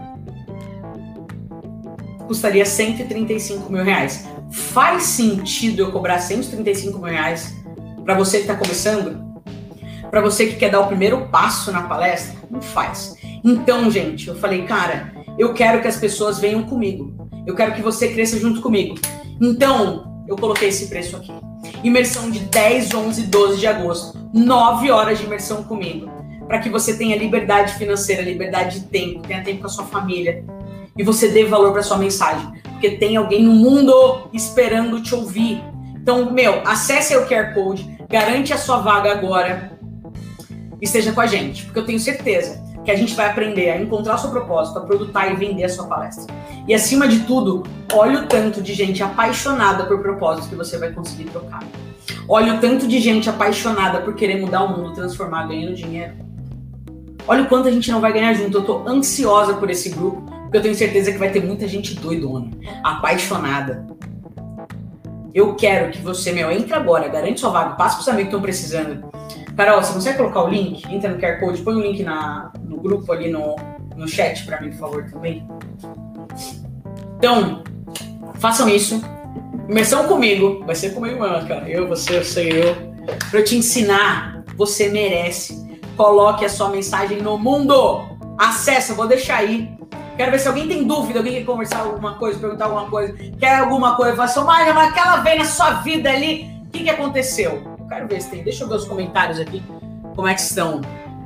Custaria R$135.000. Faz sentido eu cobrar R$135.000 para você que está começando? Para você que quer dar o primeiro passo na palestra? Não faz. Então, gente, eu falei, cara, eu quero que as pessoas venham comigo. Eu quero que você cresça junto comigo. Então, eu coloquei esse preço aqui. Imersão de 10, 11 e 12 de agosto. 9 horas de imersão comigo. Para que você tenha liberdade financeira, liberdade de tempo, tenha tempo com a sua família. E você dê valor para sua mensagem. Porque tem alguém no mundo esperando te ouvir. Então, acesse o QR Code, garante a sua vaga agora. E esteja com a gente. Porque eu tenho certeza que a gente vai aprender a encontrar o seu propósito, a produtar e vender a sua palestra. E acima de tudo, olha o tanto de gente apaixonada por propósito que você vai conseguir trocar. Olha o tanto de gente apaixonada por querer mudar o mundo, transformar ganhando dinheiro. Olha o quanto a gente não vai ganhar junto. Eu tô ansiosa por esse grupo, porque eu tenho certeza que vai ter muita gente doidona, apaixonada. Eu quero que você, entre agora, garante sua vaga, passa pros amigos que estão precisando. Carol, você consegue colocar o link? Entra no QR Code, põe o link no grupo ali no chat pra mim, por favor, também. Então, façam isso. Imersão comigo. Vai ser comigo, mano, cara. Eu, você, eu. Pra eu te ensinar. Você merece. Coloque a sua mensagem no mundo. Acessa, vou deixar aí. Quero ver se alguém tem dúvida, alguém quer conversar alguma coisa, perguntar alguma coisa, quer alguma coisa. Fala assim, Mário, mas aquela vez na sua vida ali, o que aconteceu? Eu quero ver se tem. Deixa eu ver os comentários aqui. Como é que estão?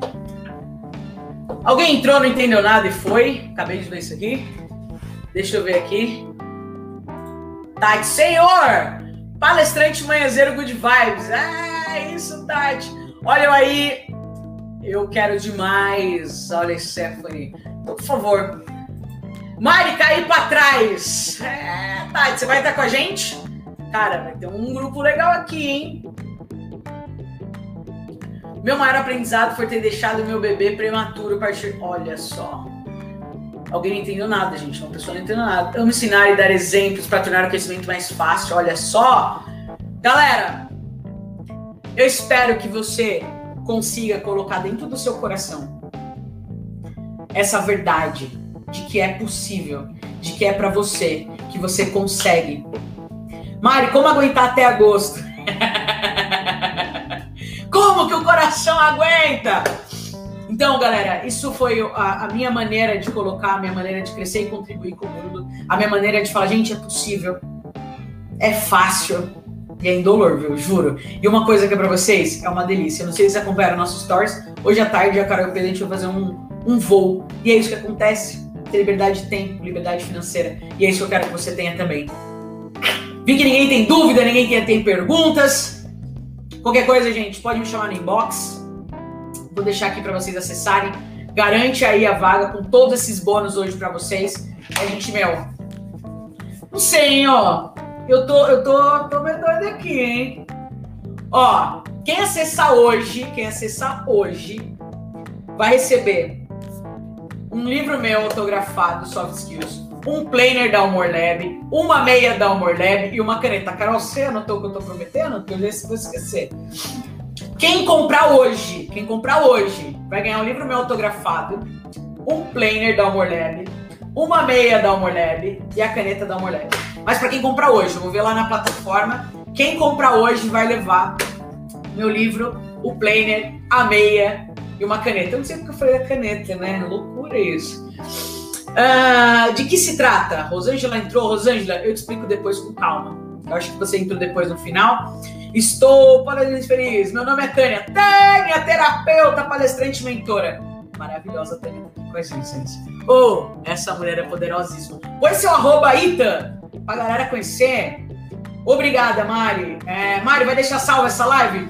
Alguém entrou, não entendeu nada e foi. Acabei de ver isso aqui. Deixa eu ver aqui. Tá, senhor! Palestrante manhãzeiro good vibes. Ah, É isso, Tati. Olha eu aí. Eu quero demais. Olha, Stephanie. Então, por favor. Mari, cair pra trás. Tati, você vai estar com a gente? Cara, vai ter um grupo legal aqui, hein? Meu maior aprendizado foi ter deixado meu bebê prematuro partir. Olha só. Alguém não entendeu nada, gente. Uma pessoa não entendeu nada. Amo ensinar e dar exemplos para tornar o conhecimento mais fácil. Olha só. Galera, eu espero que você consiga colocar dentro do seu coração essa verdade de que é possível, de que é para você, que você consegue. Mari, como aguentar até agosto? Como que o coração aguenta? Então, galera, isso foi a minha maneira de colocar, a minha maneira de crescer e contribuir com o mundo, a minha maneira de falar, gente, é possível, é fácil e é indolor, viu? Juro. E uma coisa que é pra vocês, é uma delícia. Eu não sei se vocês acompanharam nossos stories. Hoje à tarde, a Carol e o Pedro, a gente vai fazer um voo. E é isso que acontece. Ter liberdade de tempo, liberdade financeira. E é isso que eu quero que você tenha também. Vi que ninguém tem dúvida, ninguém tem perguntas. Qualquer coisa, gente, pode me chamar no inbox. Vou deixar aqui para vocês acessarem. Garante aí a vaga com todos esses bônus hoje para vocês. A gente, não sei, hein, ó. Eu tô meio doido aqui, hein. Ó, quem acessar hoje vai receber um livro meu autografado, Soft Skills, um planner da Humor Lab, uma meia da Humor Lab e uma caneta. Carol, você anotou o que eu tô prometendo? Porque eu vou esquecer. Quem comprar hoje vai ganhar um livro meu autografado, um planner da Humor Lab, uma meia da Humor Lab e a caneta da Humor Lab. Mas para quem comprar hoje, eu vou ver lá na plataforma, quem comprar hoje vai levar meu livro, o planner, a meia e uma caneta. Eu não sei porque eu falei a caneta, né? Loucura isso. De que se trata? Rosângela entrou. Rosângela, eu te explico depois com calma. Eu acho que você entrou depois no final. Estou palestrante feliz. Meu nome é Tânia. Tânia, terapeuta, palestrante, mentora. Maravilhosa, Tânia. Com a gente. Essa mulher é poderosíssima. Põe seu @ Ita, pra galera conhecer. Obrigada, Mari. Mari, vai deixar salva essa live?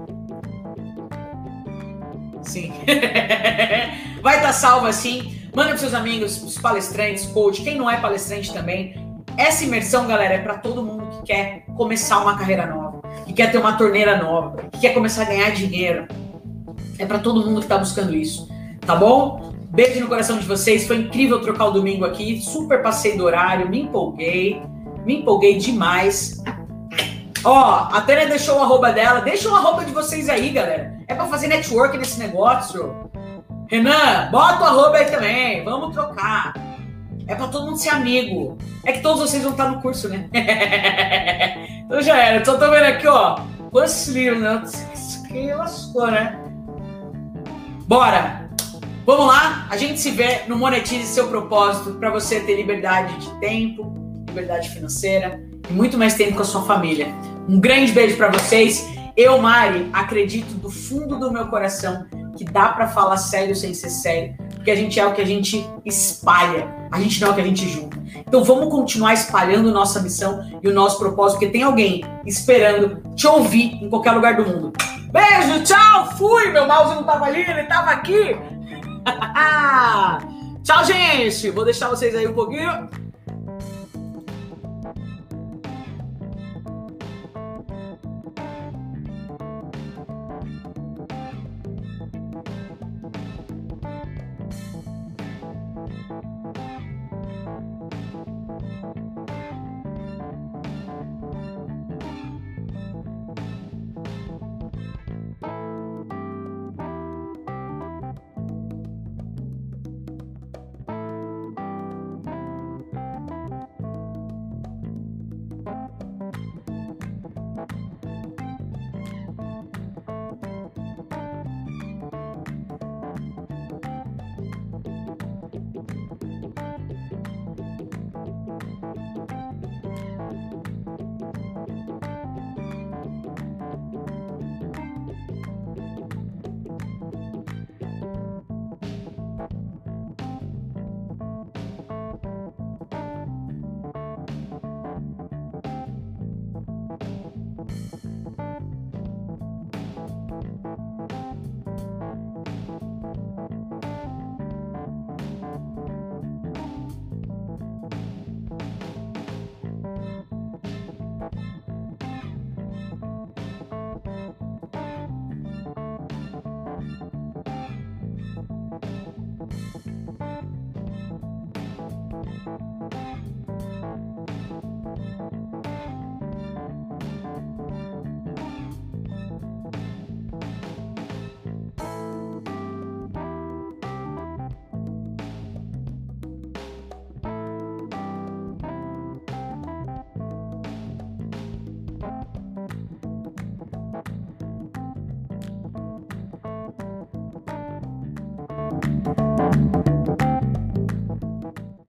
Sim. Vai estar salva, sim. Manda pros seus amigos, pros palestrantes, coach, quem não é palestrante também. Essa imersão, galera, é para todo mundo que quer começar uma carreira nova, que quer ter uma torneira nova, que quer começar a ganhar dinheiro. É para todo mundo que tá buscando isso, tá bom? Beijo no coração de vocês, foi incrível trocar o domingo aqui, super passei do horário, me empolguei demais. Ó, a Tânia deixou o @ dela, deixa o @ de vocês aí, galera. É para fazer network nesse negócio. Renan, bota o @ aí também, vamos trocar. É pra todo mundo ser amigo. É que todos vocês vão estar no curso, né? Então já era, só tô vendo aqui, ó. Quantos livros, né? Que lascou, né? Bora! Vamos lá, a gente se vê no Monetize Seu Propósito pra você ter liberdade de tempo, liberdade financeira e muito mais tempo com a sua família. Um grande beijo pra vocês. Eu, Mari, acredito do fundo do meu coração que dá pra falar sério sem ser sério, porque a gente é o que a gente espalha, a gente não é o que a gente junta. Então vamos continuar espalhando nossa missão e o nosso propósito, porque tem alguém esperando te ouvir em qualquer lugar do mundo. Beijo, tchau, fui! Meu mouse não tava ali, ele tava aqui. Tchau, gente! Vou deixar vocês aí um pouquinho.